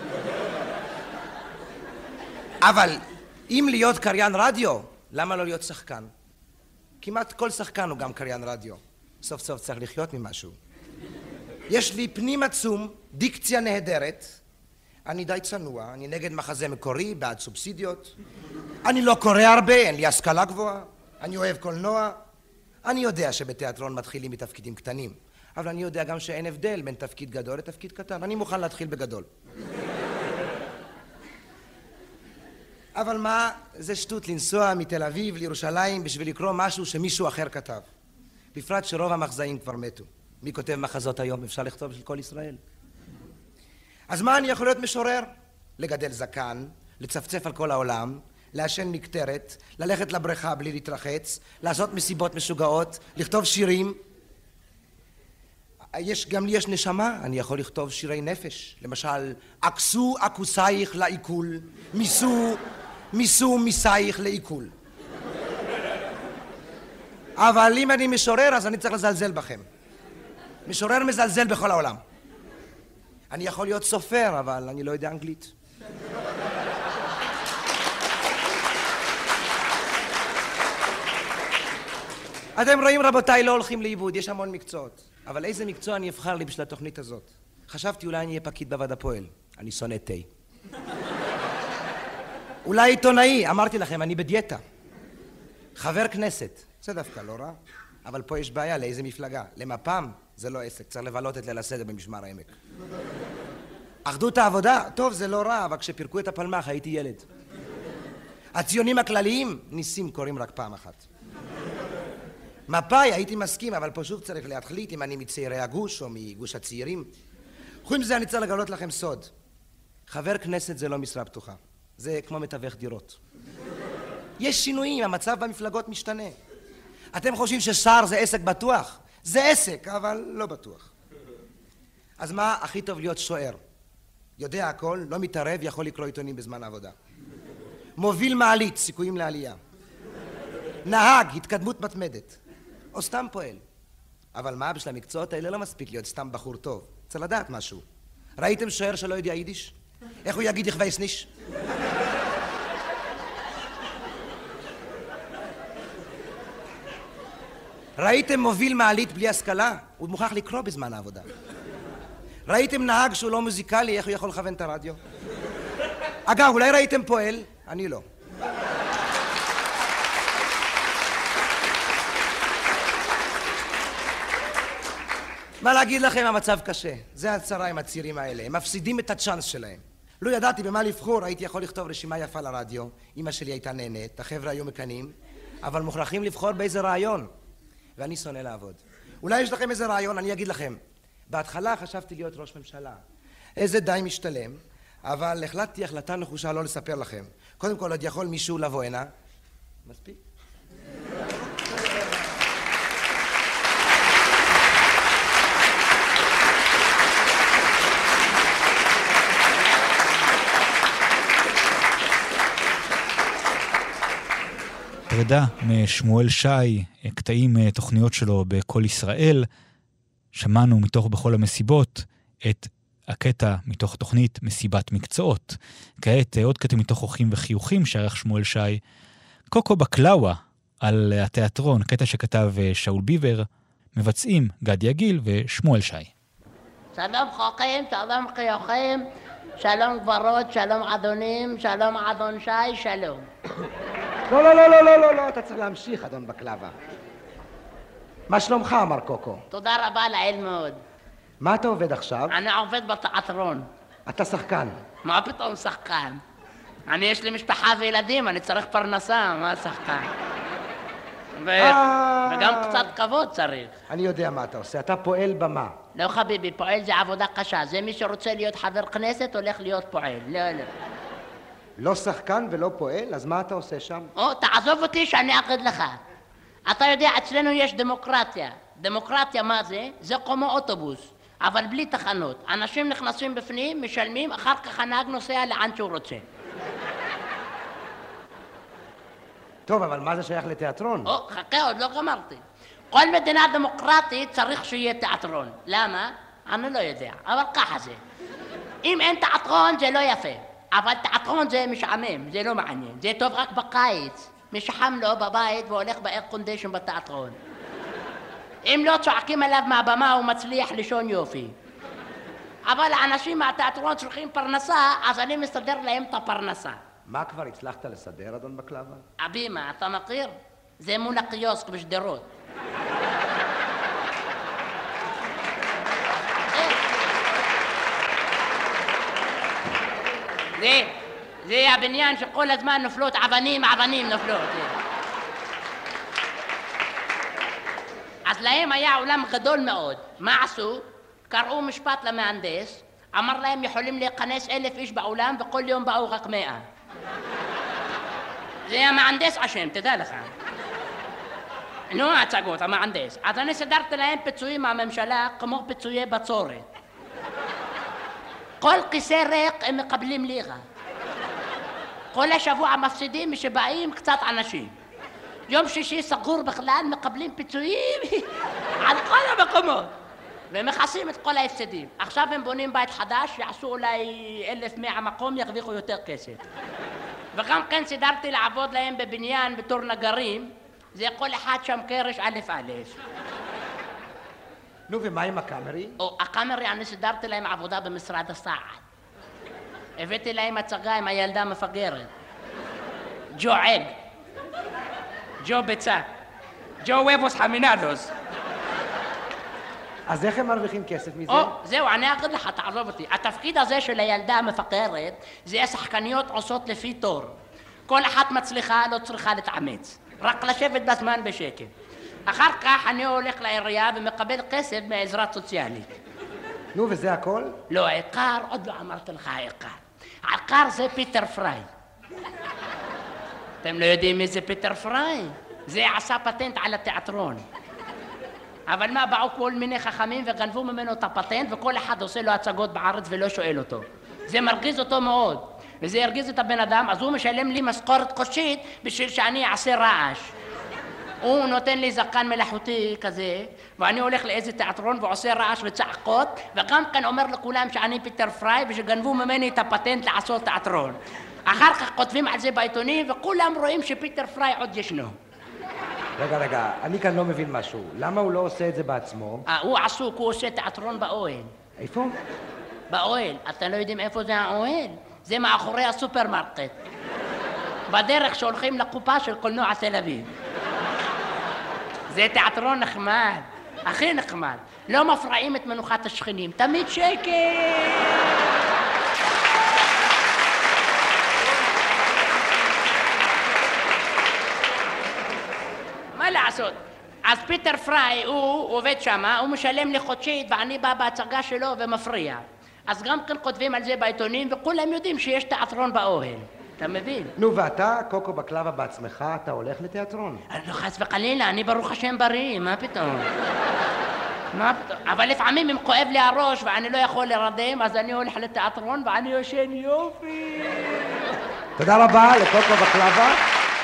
Speaker 4: אבל אם להיות קריין רדיו, למה לא להיות שחקן? כמעט כל שחקן הוא גם קריין רדיו. סוף סוף צריך לחיות ממשהו. יש לי פנים עצום, דיקציה נהדרת. אני די צנוע, אני נגד מחזה מקורי, בעד סובסידיות. אני לא קורא הרבה, אין לי השכלה גבוהה. אני אוהב קולנוע. אני יודע שבתיאטרון מתחילים מתפקידים קטנים, אבל אני יודע גם שאין הבדל בין תפקיד גדול לתפקיד קטן. אני מוכן להתחיל בגדול. אבל מה, זה שטות לנסוע מתל אביב לירושלים בשביל לקרוא משהו שמישהו אחר כתב. בפרט שרוב המחזאים כבר מתו. מי כותב מחזות היום? אפשר לכתוב של כל ישראל. אז מה אני יכול להיות משורר? לגדל זקן, לצפצף על כל העולם, לעשן מקטרת, ללכת לבריכה בלי להתרחץ, לעשות מסיבות משוגעות, לכתוב שירים. גם לי יש נשמה, אני יכול לכתוב שירי נפש. למשל, עקסו עקוסייך לעיכול, מיסו מיסייך לעיכול. אבל אם אני משורר, אז אני צריך לזלזל בכם. משורר מזלזל בכל העולם. אני יכול להיות סופר, אבל אני לא יודע אנגלית. אתם רואים, רבותיי, לא הולכים לאיבוד, יש המון מקצועות. אבל איזה מקצוע אני אבחר לי בשביל התוכנית הזאת? חשבתי אולי אני אהיה פקיד בוועד הפועל. אני שונא תה. אולי עיתונאי, אמרתי לכם, אני בדיאטה. חבר כנסת, זה דווקא לא רע. אבל פה יש בעיה, לאיזה מפלגה? למפ"ם זה לא עסק, צריך לבלות את ליל הסדר במשמר העמק. אחדות העבודה, טוב, זה לא רע, אבל כשפירקו את הפלמ"ח הייתי ילד. הציונים הכלליים, ניסים קוראים רק פעם אחת. מפאי הייתי מסכים, אבל פה שוב צריך להחליט אם אני מצעירי הגוש או מגוש הצעירים. חוץ מזה אני צריך לגלות לכם סוד. חבר כנסת זה לא משרה פתוחה. זה כמו מתווך דירות. יש שינויים, המצב במפלגות משתנה. אתם חושבים ששר זה עסק בטוח? זה עסק, אבל לא בטוח. אז מה הכי טוב להיות שוער? יודע הכל, לא מתערב, יכול לקרוא עיתונים בזמן העבודה. מוביל מעלית, סיכויים לעלייה. נהג, התקדמות מתמדת. או סתם פועל. אבל מה, בשביל המקצועות האלה לא מספיק להיות סתם בחור טוב. צריך לדעת משהו. ראיתם שוער שלא יודע יידיש? איך הוא יגיד יחווה סניש? ראיתם מוביל מעלית בלי השכלה? הוא מוכרח לקרוא בזמן העבודה. ראיתם נהג שהוא לא מוזיקלי? איך הוא יכול לכוון את הרדיו? אגב, אולי ראיתם פועל? אני לא. מה להגיד לכם, המצב קשה. זה הצרה עם הצעירים האלה. הם מפסידים את הצ'אנס שלהם. לא ידעתי במה לבחור, הייתי יכול לכתוב רשימה יפה לרדיו. אמא שלי הייתה נהנית, החבר'ה היו מקנים, אבל מוכרחים לבחור באיזה רעיון. ואני שונא לעבוד. אולי יש לכם איזה רעיון, אני אגיד לכם. בהתחלה חשבתי להיות ראש ממשלה. איזה די משתלם, אבל החלטתי החלטה נחושה לא לספר לכם. קודם כל, עוד יכול מישהו לבוא הנה. מספיק?
Speaker 3: פרידה משמואל שי, קטעים תוכניות שלו בכל ישראל. שמענו מתוך בכל המסיבות את הקטע מתוך תוכנית מסיבת מקצועות. כעת עוד קטע מתוך אורחים וחיוכים שערך שמואל שי. קוקו בקלאווה על התיאטרון, קטע שכתב שאול ביבר, מבצעים גדי יגיל ושמואל שי.
Speaker 10: שלום חוכים, שלום חיוכים, שלום גברות, שלום אדונים, שלום אדון שי, שלום.
Speaker 4: לא, אתה צריך להמשיך, אדון בקלבה. מה שלומך, מר קוקו?
Speaker 10: תודה רבה לאל מאוד.
Speaker 4: מה אתה עובד עכשיו?
Speaker 10: אני עובד בתיאטרון.
Speaker 4: אתה שחקן.
Speaker 10: מה פתאום שחקן? יש לי משפחה וילדים, אני צריך פרנסה, מה שחקן? וגם קצת כבוד צריך.
Speaker 4: אני יודע מה אתה עושה, אתה פועל במה.
Speaker 10: לא חביבי, פועל זה עבודה קשה, זה מי שרוצה להיות חבר כנסת הולך להיות פועל, לא.
Speaker 4: לא שחקן ולא פועל, אז מה אתה עושה שם?
Speaker 10: תעזוב אותי שאני אגיד לך. אתה יודע, אצלנו יש דמוקרטיה. דמוקרטיה מה זה? זה כמו אוטובוס, אבל בלי תחנות. אנשים נכנסים בפנים, משלמים, אחר כך הנהג נוסע לאן שהוא רוצה.
Speaker 4: טוב, אבל מה זה שייך לתיאטרון?
Speaker 10: חכה, עוד לא גמרתי. כל מדינה דמוקרטית צריך שיהיה תיאטרון. למה? אני לא יודע, אבל ככה זה. אם אין תיאטרון זה לא יפה. אבל תיאטרון זה משעמם, זה לא מעניין. זה טוב רק בקיץ. משחם לו בבית והולך באר קונדישן בתיאטרון. אם לא צועקים עליו מהבמה הוא מצליח לישון יופי. אבל האנשים מהתיאטרון צריכים פרנסה, אז אני מסדר להם את הפרנסה.
Speaker 4: מה כבר הצלחת לסדר, אדון בקלבה?
Speaker 10: אבימה, אתה מכיר? זה מול הקיוסק בשדרות. זה הבניין שכל הזמן נופלות אבנים נופלות. אז להם היה עולם גדול מאוד. מה עשו? קראו משפט למהנדס, אמר להם יכולים להיכנס 1,000 איש בעולם וכל יום באו רק 100. זה המהנדס אשם, תדע לך. הצגות, המהנדס. אז אני סדרתי להם פיצויים מהממשלה כמו פיצויי בצורת. כל כיסא ריק הם מקבלים לירה. כל השבוע מפסידים משבאים קצת אנשים. יום שישי סגור בכלל מקבלים פיצויים על כל המקומות. ומכסים את כל ההפסדים. עכשיו הם בונים בית חדש, יעשו אולי 1,100 מקום, ירוויחו יותר כסף. וגם כן סידרתי לעבוד להם בבניין בתור נגרים, זה כל אחד שם קרש א'.
Speaker 4: נו, ומה עם הקאמרי?
Speaker 10: הקאמרי, אני סידרתי להם עבודה במשרד הסעד. הבאתי להם הצגה עם הילדה המפגרת. ג'ו עג. ג'ו ביצה. ג'ו וובוס חמינדוס.
Speaker 4: אז איך הם מרוויחים כסף מזה?
Speaker 10: זהו, אני אגיד לך, תעזוב אותי. התפקיד הזה של הילדה המפגרת, זה השחקניות עושות לפי תור. כל אחת מצליחה, לא צריכה להתאמץ. רק לשבת בזמן בשקט. אחר כך אני הולך לעירייה ומקבל כסף מעזרה סוציאלית.
Speaker 4: נו, וזה הכל?
Speaker 10: לא, העיקר, עוד לא אמרתי לך העיקר. העיקר זה פיטר פריי. אתם לא יודעים מי זה פיטר פריי? זה עשה פטנט על התיאטרון. אבל מה, באו כל מיני חכמים וגנבו ממנו את הפטנט וכל אחד עושה לו הצגות בארץ ולא שואל אותו. זה מרגיז אותו מאוד. וזה ירגיז את הבן אדם, אז הוא משלם לי משכורת חודשית בשביל שאני אעשה רעש. הוא נותן לי זקן מלאכותי כזה, ואני הולך לאיזה תיאטרון ועושה רעש וצעקות, וגם כאן אומר לכולם שאני פיטר פריי ושגנבו ממני את הפטנט לעשות תיאטרון. אחר כך כותבים על זה בעיתונים וכולם רואים שפיטר פריי עוד ישנו.
Speaker 4: רגע, אני כאן לא מבין משהו. למה הוא לא עושה את זה בעצמו?
Speaker 10: הוא עסוק, הוא עושה תיאטרון באוהל.
Speaker 4: איפה?
Speaker 10: באוהל. אתם לא יודעים איפה זה האוהל? זה מאחורי הסופרמרקט. בדרך שהולכים לקופה של קולנוע תל אביב. זה תיאטרון נחמד, הכי נחמד. לא מפרעים את מנוחת השכנים, תמיד שקט. מה לעשות? אז פיטר פריי, הוא עובד שמה, הוא משלם לי חודשית ואני בא בהצגה שלו ומפריע. אז גם כן כותבים על זה בעיתונים וכולם יודעים שיש תיאטרון באוהל. אתה מבין?
Speaker 4: נו, ואתה, קוקו בקלבה בעצמך, אתה הולך לתיאטרון?
Speaker 10: לא, חס וחלילה, אני ברוך השם בריא, מה פתאום? אבל לפעמים אם כואב לי הראש ואני לא יכול לרדם, אז אני הולך לתיאטרון ואני יושן יופי.
Speaker 4: תודה רבה לקוקו בקלבה.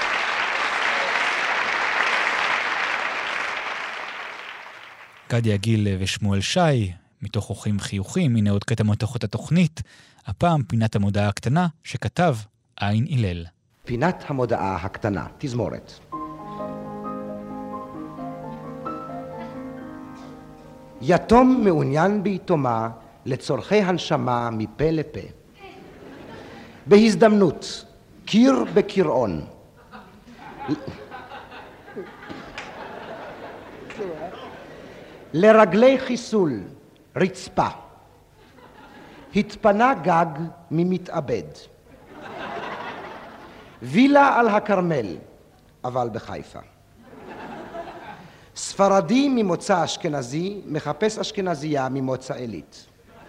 Speaker 3: גדי עגיל ושמואל שי, מתוך אורחים חיוכים, הנה עוד קטע מתוך את התוכנית, הפעם פינת המודעה הקטנה שכתב עין הלל.
Speaker 4: פינת המודעה הקטנה, תזמורת. יתום מעוניין ביתומה לצורכי הנשמה מפה לפה.
Speaker 11: בהזדמנות, קיר בקרעון. לרגלי חיסול, רצפה. התפנה גג ממתאבד. וילה על הכרמל, אבל בחיפה. ספרדי ממוצא אשכנזי מחפש אשכנזייה ממוצא עילית.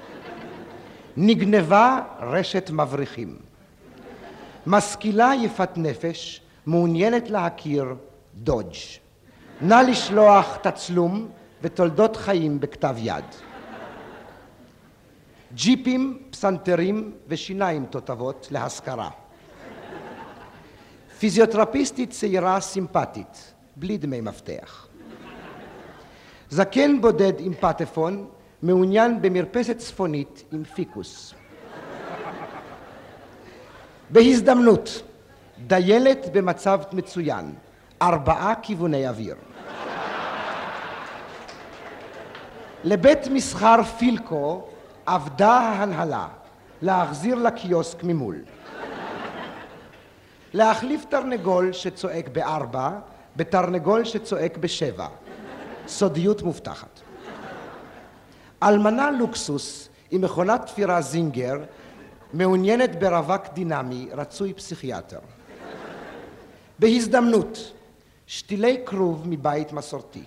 Speaker 11: נגנבה רשת מבריחים. משכילה יפת נפש מעוניינת להכיר דודג'. נא לשלוח תצלום ותולדות חיים בכתב יד. ג'יפים, פסנתרים ושיניים תותבות להשכרה. פיזיותרפיסטית צעירה סימפטית, בלי דמי מפתח. זקן בודד עם פטפון, מעוניין במרפסת צפונית עם פיקוס. בהזדמנות, דיילת במצב מצוין, 4 כיווני אוויר. לבית מסחר פילקו עבדה ההנהלה להחזיר לקיוסק ממול. להחליף תרנגול שצועק ב4 בתרנגול שצועק ב7. סודיות מובטחת. אלמנה לוקסוס עם מכונת תפירה זינגר מעוניינת ברווק דינמי רצוי פסיכיאטר. בהזדמנות, שתילי כרוב מבית מסורתי.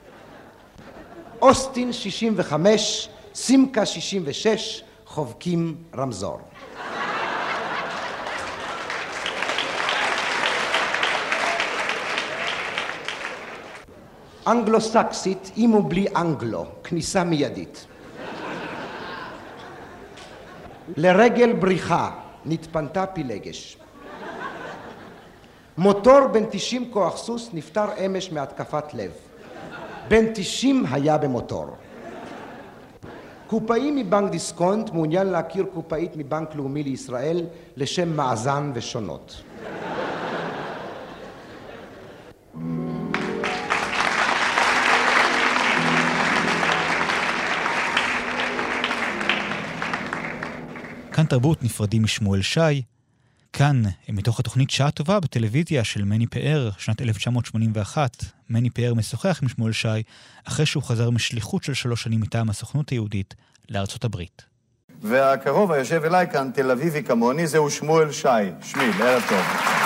Speaker 11: אוסטין 65, סימקה 66, חובקים רמזור. אנגלו-סקסית עם ובלי אנגלו, כניסה מיידית. לרגל בריחה נתפנתה פילגש. מוטור בן 90 כוח סוס נפטר אמש מהתקפת לב. בן 90 היה במוטור. קופאי מבנק דיסקונט מעוניין להכיר קופאית מבנק לאומי לישראל לשם מאזן ושונות.
Speaker 3: כאן תרבות נפרדים משמואל שי. כאן, מתוך התוכנית שעה טובה בטלוויזיה של מני פאר, שנת 1981, מני פאר משוחח עם שמואל שי, אחרי שהוא חזר משליחות של 3 שנים מטעם הסוכנות היהודית לארצות הברית.
Speaker 12: והקרוב היושב אליי כאן, תל אביבי כמוני, זהו שמואל שי. שמיל, ערב טוב.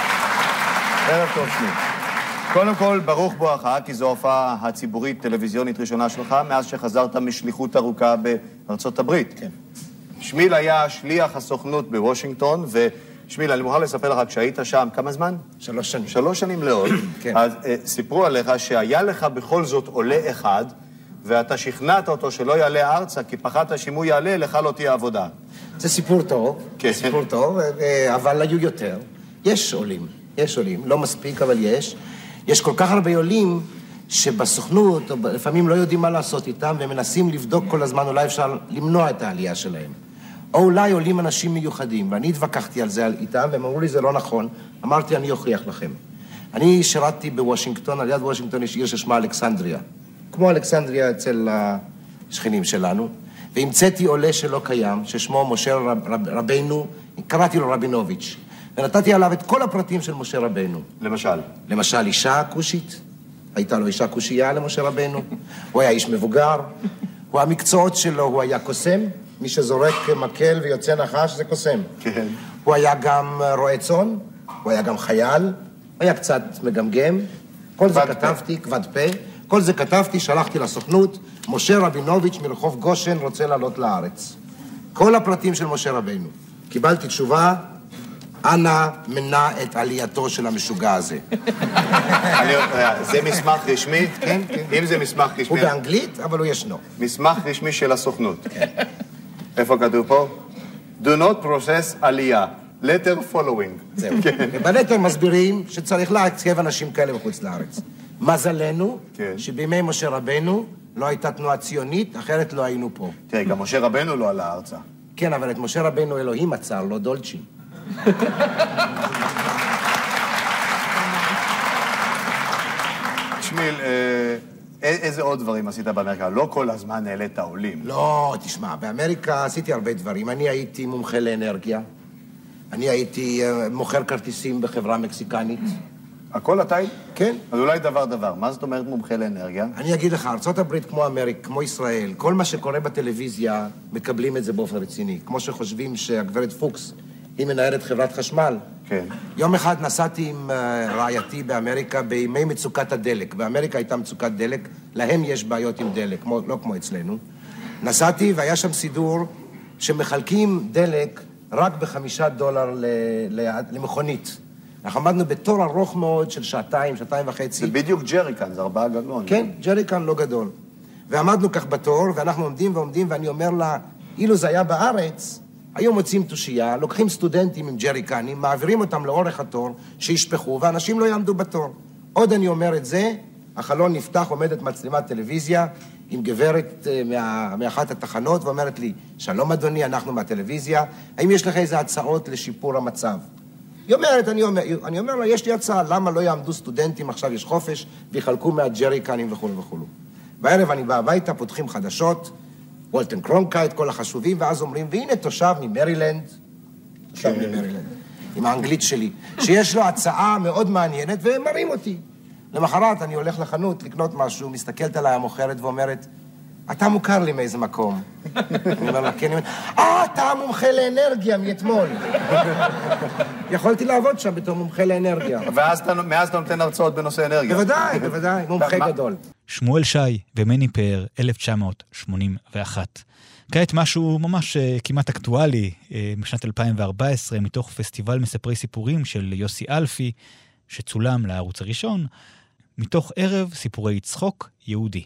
Speaker 12: ערב טוב, שמיל. קודם כל, ברוך בואך, כי זו ההופעה הציבורית טלוויזיונית ראשונה שלך, מאז שחזרת משליחות ארוכה בארצות הברית. כן. שמיל היה שליח הסוכנות בוושינגטון, ושמיל, אני מוכרח לספר לך, כשהיית שם, כמה זמן?
Speaker 11: 3 שנים.
Speaker 12: 3 שנים לעוד.
Speaker 11: כן.
Speaker 12: אז סיפרו עליך שהיה לך בכל זאת עולה אחד, ואתה שכנעת אותו שלא יעלה ארצה, כי פחדת שאם הוא יעלה, לך לא תהיה עבודה.
Speaker 11: זה סיפור טוב,
Speaker 12: כן.
Speaker 11: סיפור טוב, אבל היו יותר. יש עולים, לא מספיק, אבל יש. יש כל כך הרבה עולים שבסוכנות, לפעמים לא יודעים מה לעשות איתם, ומנסים לבדוק כל הזמן, אולי אפשר למנוע את העלייה שלהם. או אולי עולים אנשים מיוחדים, ואני התווכחתי על זה איתם, והם אמרו לי, זה לא נכון. אמרתי, אני אוכיח לכם. אני שירתתי בוושינגטון, על יד וושינגטון יש עיר ששמה אלכסנדריה. כמו אלכסנדריה אצל השכנים שלנו, והמצאתי עולה שלא קיים, ששמו משה רבינו, קראתי לו רבינוביץ', ונתתי עליו את כל הפרטים של משה רבינו.
Speaker 12: למשל?
Speaker 11: למשל, אישה כושית. הייתה לו אישה כושייה למשה רבינו. הוא היה איש מבוגר. הוא המקצועות שלו, הוא היה קוסם. מי שזורק מקל ויוצא נחש זה קוסם.
Speaker 12: כן.
Speaker 11: הוא היה גם רועה צאן, הוא היה גם חייל, הוא היה קצת מגמגם. כל זה כתבתי, כבד פה. כל זה כתבתי, שלחתי לסוכנות. משה רבינוביץ' מרחוב גושן רוצה לעלות לארץ. כל הפרטים של משה רבינו. קיבלתי תשובה, אנא מנע את עלייתו של המשוגע הזה.
Speaker 12: זה מסמך רשמי?
Speaker 11: כן, כן.
Speaker 12: אם זה מסמך רשמי...
Speaker 11: הוא באנגלית, אבל הוא ישנו.
Speaker 12: מסמך רשמי של הסוכנות. איפה כתוב פה? Do not process עלייה. letter following.
Speaker 11: זהו. ובלטר מסבירים שצריך להציב אנשים כאלה בחוץ לארץ. מזלנו, שבימי משה רבנו לא הייתה תנועה ציונית, אחרת לא היינו פה.
Speaker 12: תראה, גם משה רבנו לא עלה ארצה.
Speaker 11: כן, אבל את משה רבנו אלוהים עצר, לא דולצ'י.
Speaker 12: שמיל, איזה עוד דברים עשית באמריקה? לא כל הזמן העלית עולים.
Speaker 11: לא, תשמע, באמריקה עשיתי הרבה דברים. אני הייתי מומחה לאנרגיה.
Speaker 4: אני הייתי מוכר כרטיסים בחברה מקסיקנית.
Speaker 12: הכל אתה?
Speaker 4: כן.
Speaker 12: אז אולי דבר. מה זאת אומרת מומחה לאנרגיה?
Speaker 4: אני אגיד לך, ארצות הברית כמו אמריקה, כמו ישראל, כל מה שקורה בטלוויזיה, מקבלים את זה באופן רציני. כמו שחושבים שהגברת פוקס היא מנהלת חברת חשמל.
Speaker 12: כן.
Speaker 4: יום אחד נסעתי עם רעייתי באמריקה בימי מצוקת הדלק. באמריקה הייתה מצוקת דלק, להם יש בעיות עם דלק, לא כמו אצלנו. נסעתי והיה שם סידור שמחלקים דלק רק $5 למכונית. אנחנו עמדנו בתור ארוך מאוד של שעתיים וחצי.
Speaker 12: זה בדיוק ג'ריקן, זה 4 גלון.
Speaker 4: כן, ג'ריקן לא גדול. ועמדנו כך בתור, ואנחנו עומדים, ואני אומר לה, אילו זה היה בארץ, היו מוצאים תושייה, לוקחים סטודנטים עם ג'ריקנים, מעבירים אותם לאורך התור, שישפחו, ואנשים לא יעמדו בתור. עוד אני אומר את זה, החלון נפתח, עומדת מצלמת טלוויזיה, עם גברת מאחת התחנות, ואומרת לי, שלום אדוני, אנחנו מהטלוויזיה, האם יש לך איזה הצעות לשיפור המצב? היא אומרת, אני אומר לה, יש לי הצעה, למה לא יעמדו סטודנטים, עכשיו יש חופש, ויחלקו מהג'ריקנים וכו' וכו'. בערב אני בא הביתה, פותחים חדשות, וולטן קרונקייט, כל החשובים, ואז אומרים, והנה תושב ממרילנד, עם האנגלית שלי, שיש לו הצעה מאוד מעניינת, והם מראים אותי. למחרת אני הולך לחנות לקנות משהו, מסתכלת עליי המוכרת ואומרת, אתה מוכר לי מאיזה מקום. אני אומר לה, כן, אתה מומחה לאנרגיה מאתמול. יכולתי לעבוד שם בתור מומחה לאנרגיה.
Speaker 12: ומאז אתה נותן הרצאות בנושא אנרגיה.
Speaker 4: בוודאי, מומחה גדול.
Speaker 3: שמואל שי ומני פאר, 1981. כעת משהו ממש כמעט אקטואלי, משנת 2014, מתוך פסטיבל מספרי סיפורים של יוסי אלפי, שצולם לערוץ הראשון, מתוך ערב סיפורי צחוק יהודי.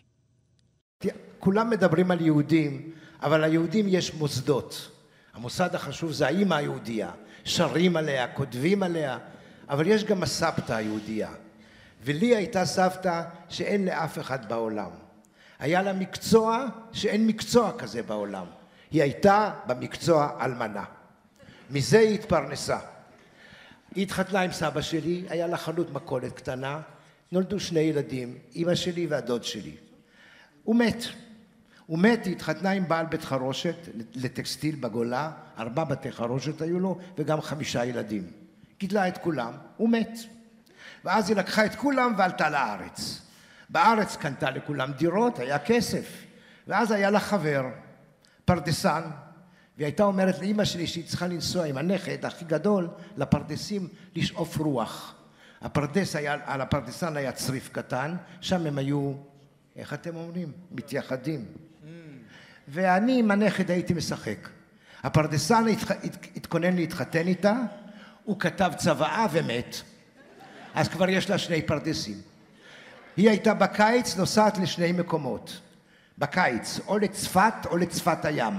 Speaker 13: כולם מדברים על יהודים, אבל ליהודים יש מוסדות. המוסד החשוב זה האמא היהודייה. שרים עליה, כותבים עליה, אבל יש גם הסבתא היהודייה. ולי הייתה סבתא שאין לאף אחד בעולם. היה לה מקצוע שאין מקצוע כזה בעולם. היא הייתה במקצוע אלמנה. מזה היא התפרנסה. היא התחתנה עם סבא שלי, היה לה חנות מכולת קטנה, נולדו 2 ילדים, אמא שלי והדוד שלי. הוא מת, היא התחתנה עם בעל בית חרושת לטקסטיל בגולה, 4 בתי חרושת היו לו, וגם 5 ילדים. גידלה את כולם, הוא מת. ואז היא לקחה את כולם ועלתה לארץ. בארץ קנתה לכולם דירות, היה כסף. ואז היה לה חבר, פרדסן, והיא הייתה אומרת לאמא שלי שהיא צריכה לנסוע עם הנכד הכי גדול לפרדסים לשאוף רוח. על הפרדסן היה צריף קטן, שם הם היו, איך אתם אומרים? מתייחדים. ואני עם הנכד הייתי משחק. הפרדסן התכונן להתחתן איתה, הוא כתב צוואה ומת. אז כבר יש לה 2 פרדסים. היא הייתה בקיץ נוסעת ל2 מקומות. בקיץ, או לצפת או לצפת הים.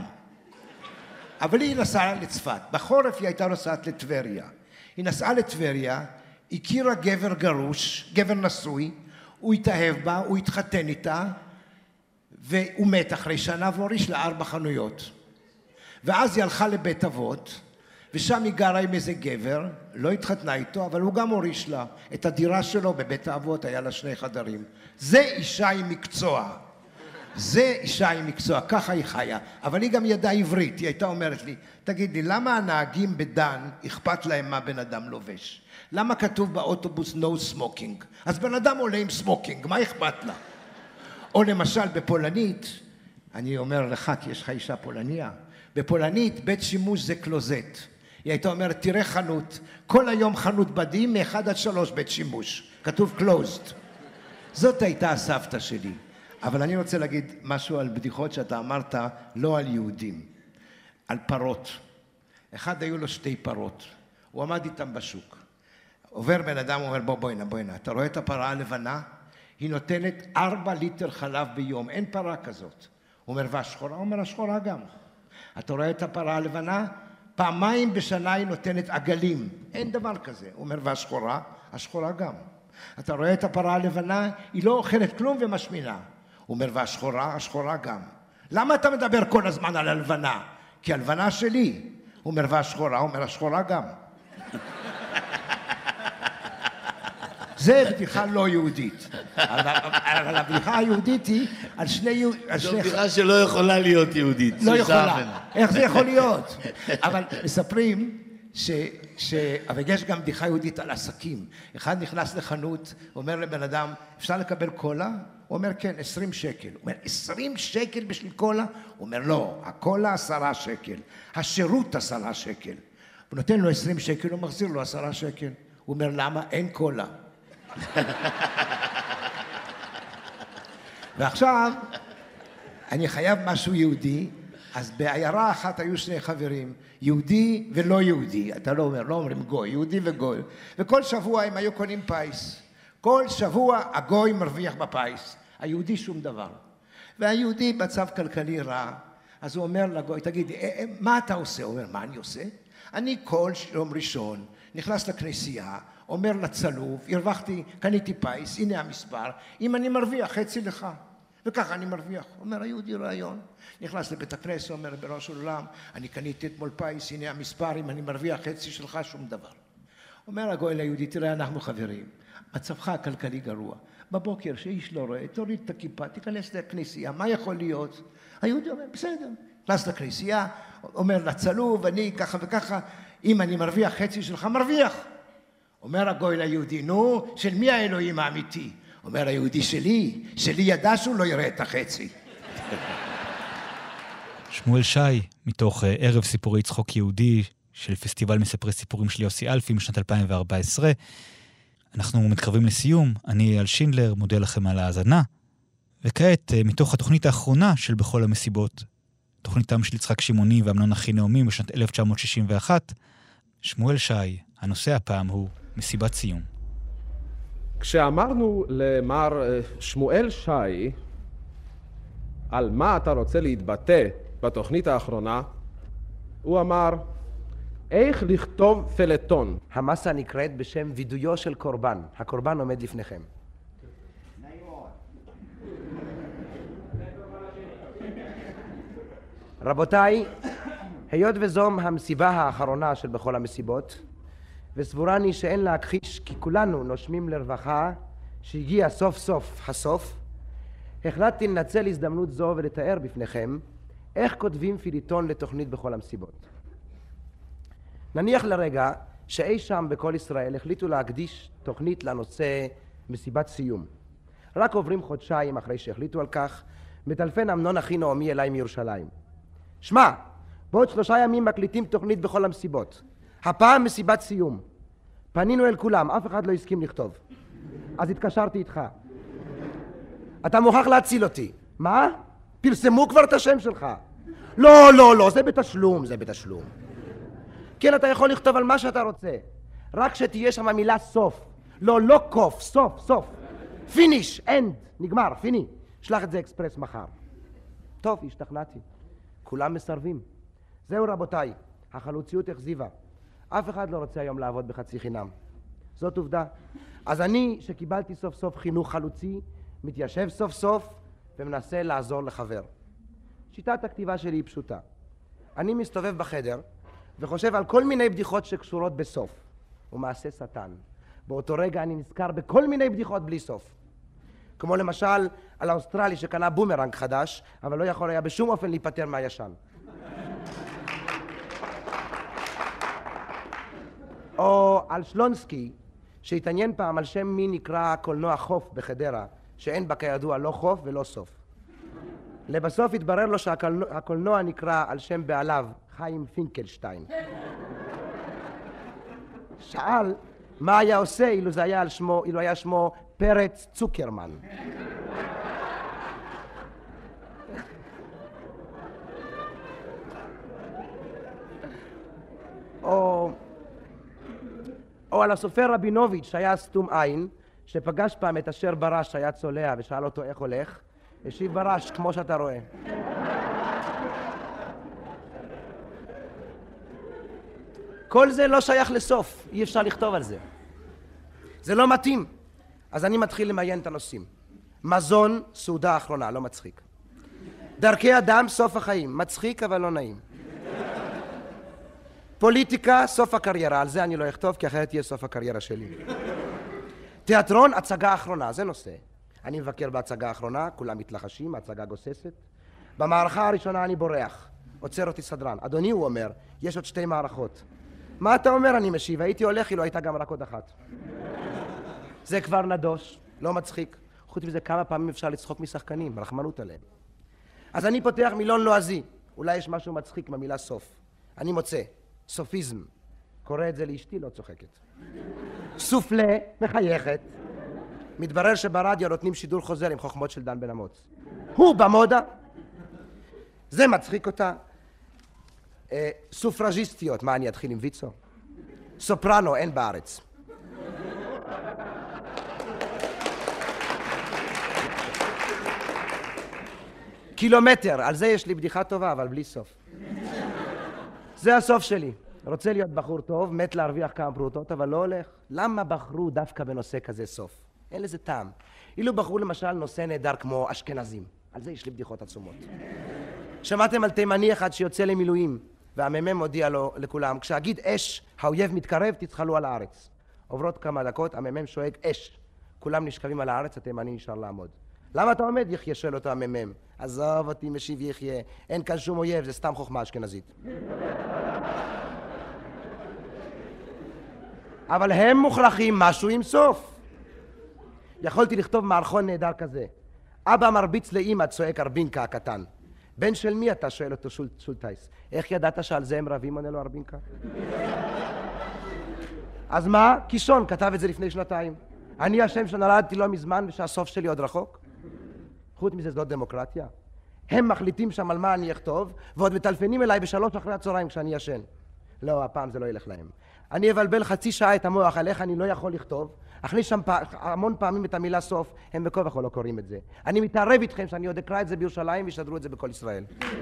Speaker 13: אבל היא נסעה לצפת. בחורף היא הייתה נוסעת לטבריה. היא נסעה לטבריה, הכירה גבר גרוש, גבר נשוי, הוא התאהב בה, הוא התחתן איתה, והוא מת אחרי שנה והוריש לה 4 חנויות. ואז היא הלכה לבית אבות, ושם היא גרה עם איזה גבר, לא התחתנה איתו, אבל הוא גם הוריש לה. את הדירה שלו בבית האבות היה לה 2 חדרים. זה אישה עם מקצוע. זה אישה עם מקצוע, ככה היא חיה. אבל היא גם ידעה עברית, היא הייתה אומרת לי, תגיד לי, למה הנהגים בדן אכפת להם מה בן אדם לובש? למה כתוב באוטובוס no smoking? אז בן אדם עולה עם סמוקינג, מה אכפת לה? או למשל בפולנית, אני אומר לך, כי יש לך אישה פולניה, בפולנית בית שימוש זה קלוזט. היא הייתה אומרת, תראה חנות, כל היום חנות בדים, מ1 עד 3 בית שימוש. כתוב closed. זאת הייתה הסבתא שלי. אבל אני רוצה להגיד משהו על בדיחות שאתה אמרת, לא על יהודים, על פרות. אחד היו לו 2 פרות, הוא עמד איתם בשוק. עובר בן אדם, הוא אומר, בוא הנה, אתה רואה את הפרה הלבנה? היא נותנת 4 ליטר חלב ביום, אין פרה כזאת. הוא אומר, והשחורה? הוא אומר, השחורה גם. אתה רואה את הפרה הלבנה? 2 בשנה היא נותנת עגלים, אין דבר כזה. הוא אומר, והשחורה? השחורה גם. אתה רואה את הפרה הלבנה? היא לא אוכלת כלום ומשמינה. הוא אומר, והשחורה? השחורה גם. למה אתה מדבר כל הזמן על הלבנה? כי הלבנה שלי. הוא אומר, והשחורה? הוא אומר, השחורה גם. זה בדיחה לא יהודית. אבל הבדיחה היהודית היא על 2...
Speaker 14: זו בדיחה שלא יכולה להיות יהודית.
Speaker 13: לא יכולה. איך זה יכול להיות? אבל מספרים אבל יש גם בדיחה יהודית על עסקים. אחד נכנס לחנות, אומר לבן אדם, אפשר לקבל קולה? הוא אומר, כן, 20 שקל. הוא אומר, 20 שקל בשביל קולה? הוא אומר, לא, הקולה 10 שקל. השירות 10 שקל. הוא נותן לו 20 שקל, הוא מחזיר לו 10 שקל. הוא אומר, למה? אין קולה. ועכשיו, אני חייב משהו יהודי, אז בעיירה אחת היו שני חברים, יהודי ולא יהודי, אתה לא אומרים גוי, יהודי וגוי, וכל שבוע הם היו קונים פייס. כל שבוע הגוי מרוויח בפייס, היהודי שום דבר. והיהודי בצו כלכלי רע, אז הוא אומר לגוי, תגיד, מה אתה עושה? הוא אומר, מה אני עושה? אני כל יום ראשון נכנס לכנסייה, אומר לצלוב, הרווחתי, קניתי פייס, הנה המספר, אם אני מרוויח, חצי לך. וככה אני מרוויח. אומר היהודי רעיון. נכנס לבית הכנסת, אומר בראש העולם, אני קניתי אתמול פייס, הנה המספר, אם אני מרוויח חצי שלך, שום דבר. אומר הגוי ליהודי, תראה, אנחנו חברים, מצבך הכלכלי גרוע. בבוקר, שאיש לא רואה, תוריד את הכיפה, תיכנס לכנסייה, מה יכול להיות? היהודי אומר, בסדר. נכנס לכנסייה, אומר לצלוב, אני ככה וככה, אם אני מרוויח חצי שלך, מרוויח. אומר הגוי ליהודי, נו, של מי האלוהים האמיתי? אומר היהודי, שלי ידע שהוא לא יראה את החצי.
Speaker 3: שמואל שי, מתוך ערב סיפורי צחוק יהודי של פסטיבל מספרי סיפורים של יוסי אלפי משנת 2014. אנחנו מתקרבים לסיום, אני אייל שינדלר, מודה לכם על ההאזנה, וכעת מתוך התוכנית האחרונה של בכל המסיבות, תוכניתם של יצחק שמעוני ואמנון אחינעמי בשנת 1961, שמואל שי, הנושא הפעם הוא מסיבת סיום.
Speaker 9: כשאמרנו למר שמואל שי על מה אתה רוצה להתבטא בתוכנית האחרונה, הוא אמר, איך לכתוב פלטון.
Speaker 14: המסה נקראת בשם וידויו של קורבן. הקורבן עומד לפניכם. רבותיי, היות וזו המסיבה האחרונה של בכל המסיבות, וסבורני שאין להכחיש כי כולנו נושמים לרווחה שהגיע סוף סוף הסוף, החלטתי לנצל הזדמנות זו ולתאר בפניכם איך כותבים פיליטון לתוכנית בכל המסיבות. נניח לרגע שאי שם בכל ישראל החליטו להקדיש תוכנית לנושא מסיבת סיום. רק עוברים חודשיים אחרי שהחליטו על כך, מטלפן אמנון אחינעמי אליי מירושלים. שמע, בעוד 3 ימים מקליטים תוכנית בכל המסיבות. הפעם מסיבת סיום. פנינו אל כולם, אף אחד לא הסכים לכתוב. אז התקשרתי איתך. אתה מוכרח להציל אותי. מה? פרסמו כבר את השם שלך. לא, זה בתשלום, זה בתשלום. כן, אתה יכול לכתוב על מה שאתה רוצה. רק שתהיה שם המילה סוף. לא קוף, סוף. פיניש, אנד, נגמר, פיני. שלח את זה אקספרס מחר. טוב, השתכנעתי. כולם מסרבים. זהו רבותיי, החלוציות הכזיבה. אף אחד לא רוצה היום לעבוד בחצי חינם. זאת עובדה. אז אני, שקיבלתי סוף סוף חינוך חלוצי, מתיישב סוף סוף ומנסה לעזור לחבר. שיטת הכתיבה שלי היא פשוטה. אני מסתובב בחדר וחושב על כל מיני בדיחות שקשורות בסוף. הוא מעשה שטן. באותו רגע אני נזכר בכל מיני בדיחות בלי סוף. כמו למשל על האוסטרלי שקנה בומרנג חדש, אבל לא יכול היה בשום אופן להיפטר מהישן. או על שלונסקי, שהתעניין פעם על שם מי נקרא קולנוע חוף בחדרה, שאין בה כידוע לא חוף ולא סוף. לבסוף התברר לו שהקולנוע נקרא על שם בעליו, חיים פינקלשטיין. שאל מה היה עושה אילו היה שמו פרץ צוקרמן. או על הסופר רבינוביץ' שהיה סתום עין, שפגש פעם את אשר ברש שהיה צולע ושאל אותו איך הולך, השיב ברש כמו שאתה רואה. כל זה לא שייך לסוף, אי אפשר לכתוב על זה. זה לא מתאים. אז אני מתחיל למיין את הנושאים. מזון, סעודה האחרונה, לא מצחיק. דרכי אדם, סוף החיים, מצחיק אבל לא נעים. פוליטיקה, סוף הקריירה, על זה אני לא אכתוב כי אחרת תהיה סוף הקריירה שלי. תיאטרון, הצגה האחרונה, זה נושא. אני מבקר בהצגה האחרונה, כולם מתלחשים, ההצגה גוססת. במערכה הראשונה אני בורח, עוצר אותי סדרן. אדוני, הוא אומר, יש עוד 2 מערכות. מה אתה אומר? אני משיב. הייתי הולך, היא לא הייתה גם רק עוד אחת. זה כבר נדוש, לא מצחיק. חוץ מזה, כמה פעמים אפשר לצחוק משחקנים, רחמנות עליהם. אז אני פותח מילון לועזי. אולי יש משהו מצחיק במילה סוף. אני מוצא, סופיזם. קורא את זה לאשתי, לא צוחקת. סופלה, מחייכת. מתברר שברדיו נותנים שידור חוזר עם חוכמות של דן בן אמוץ. הוא במודה. זה מצחיק אותה. סופרג'יסטיות, מה אני אתחיל עם ויצו? סופרנו, אין בארץ. קילומטר, על זה יש לי בדיחה טובה, אבל בלי סוף. זה הסוף שלי. רוצה להיות בחור טוב, מת להרוויח כמה פרוטות, אבל לא הולך. למה בחרו דווקא בנושא כזה סוף? אין לזה טעם. אילו בחרו למשל נושא נהדר כמו אשכנזים. על זה יש לי בדיחות עצומות. שמעתם על תימני אחד שיוצא למילואים, והמ"מ מודיע לו לכולם, כשאגיד אש, האויב מתקרב, תתחלו על הארץ. עוברות כמה דקות, המ"מ שואג אש. כולם נשכבים על הארץ, התימני נשאר לעמוד. למה אתה עומד? יחיה שואל אותו המ"מ. עזוב אותי, משיב יחיה. אין כאן שום אויב, זה סתם חוכמה אשכנזית. אבל הם מוכרחים משהו עם סוף. יכולתי לכתוב מערכון נהדר כזה. אבא מרביץ לאמא, צועק ארבינקה הקטן. בן של מי אתה? שואל אותו שולטייס. איך ידעת שעל זה הם רבים? עונה לו ארבינקה. אז מה? קישון כתב את זה לפני 2 אני השם שנולדתי לא מזמן ושהסוף שלי עוד רחוק. חוץ מזה זאת דמוקרטיה. הם מחליטים שם על מה אני אכתוב, ועוד מטלפנים אליי ב3 אחרי הצהריים כשאני ישן. לא, הפעם זה לא ילך להם. אני אבלבל חצי שעה את המוח על איך אני לא יכול לכתוב, אכניס שם המון פעמים את המילה סוף, הם בכל וכל לא קוראים את זה. אני מתערב איתכם שאני עוד אקרא את זה בירושלים וישדרו את זה בכל ישראל.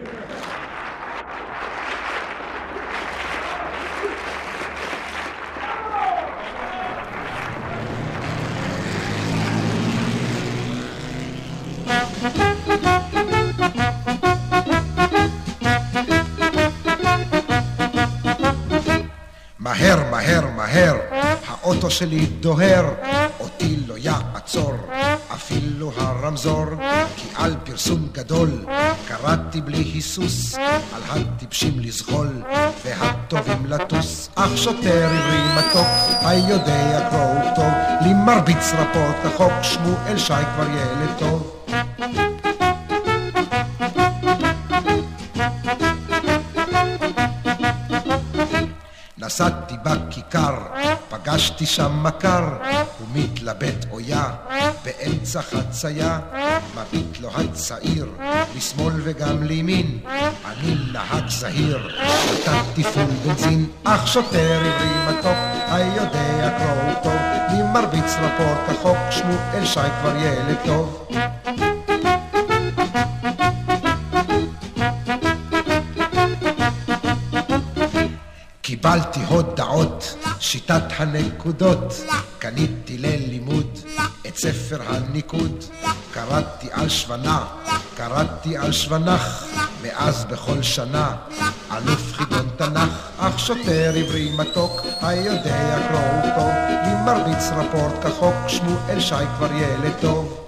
Speaker 15: מהר, מהר, מהר, האוטו שלי דוהר, אותי לא יעצור, אפילו הרמזור, כי על פרסום גדול קראתי בלי היסוס, על הטיפשים לזחול והטובים לטוס, אך שוטר עברי מתוק, היודע קרוא וכתוב, לי מרביץ רפורט החוק, שמואל שי כבר ילד טוב. נסעתי בכיכר, פגשתי שם מכר, הוא מתלבט אויה, באמצע חצייה, מביט לו הצעיר, לשמאל וגם לימין, אני נהג זהיר, נתתי פול בנזין, אך שוטר עברי מתוק, היודע קרוא טוב, לי מרביץ רפורט החוק, שמואל שי כבר ילד טוב. קיבלתי הודעות, שיטת הנקודות, קניתי ללימוד את ספר הניקוד, קראתי על שוונה, קראתי על שוונח, מאז בכל שנה, אלוף חידון תנ"ך, אך שוטר עברי מתוק, היודע קרוא טוב, לי מרביץ רפורט כחוק, שמואל שי כבר ילד טוב.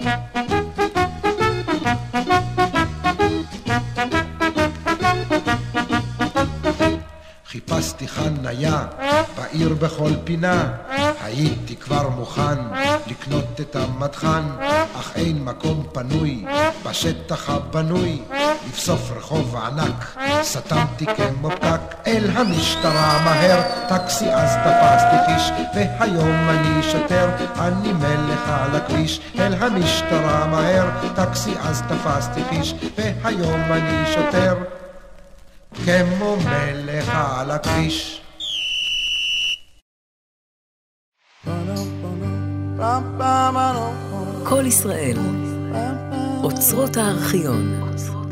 Speaker 15: חיפשתי חניה בעיר בכל פינה, הייתי כבר מוכן לקנות את המדחן, אך אין מקום פנוי בשטח הבנוי, לבסוף רחוב ענק, סתמתי כמו פקק, אל המשטרה מהר, טקסי אז תפסתי חיש, והיום אני שוטר, אני מלך על הכביש, אל המשטרה מהר, טקסי אז תפסתי חיש, והיום אני שוטר, כמו מלך על הכביש.
Speaker 2: כל ישראל, אוצרות הארכיון.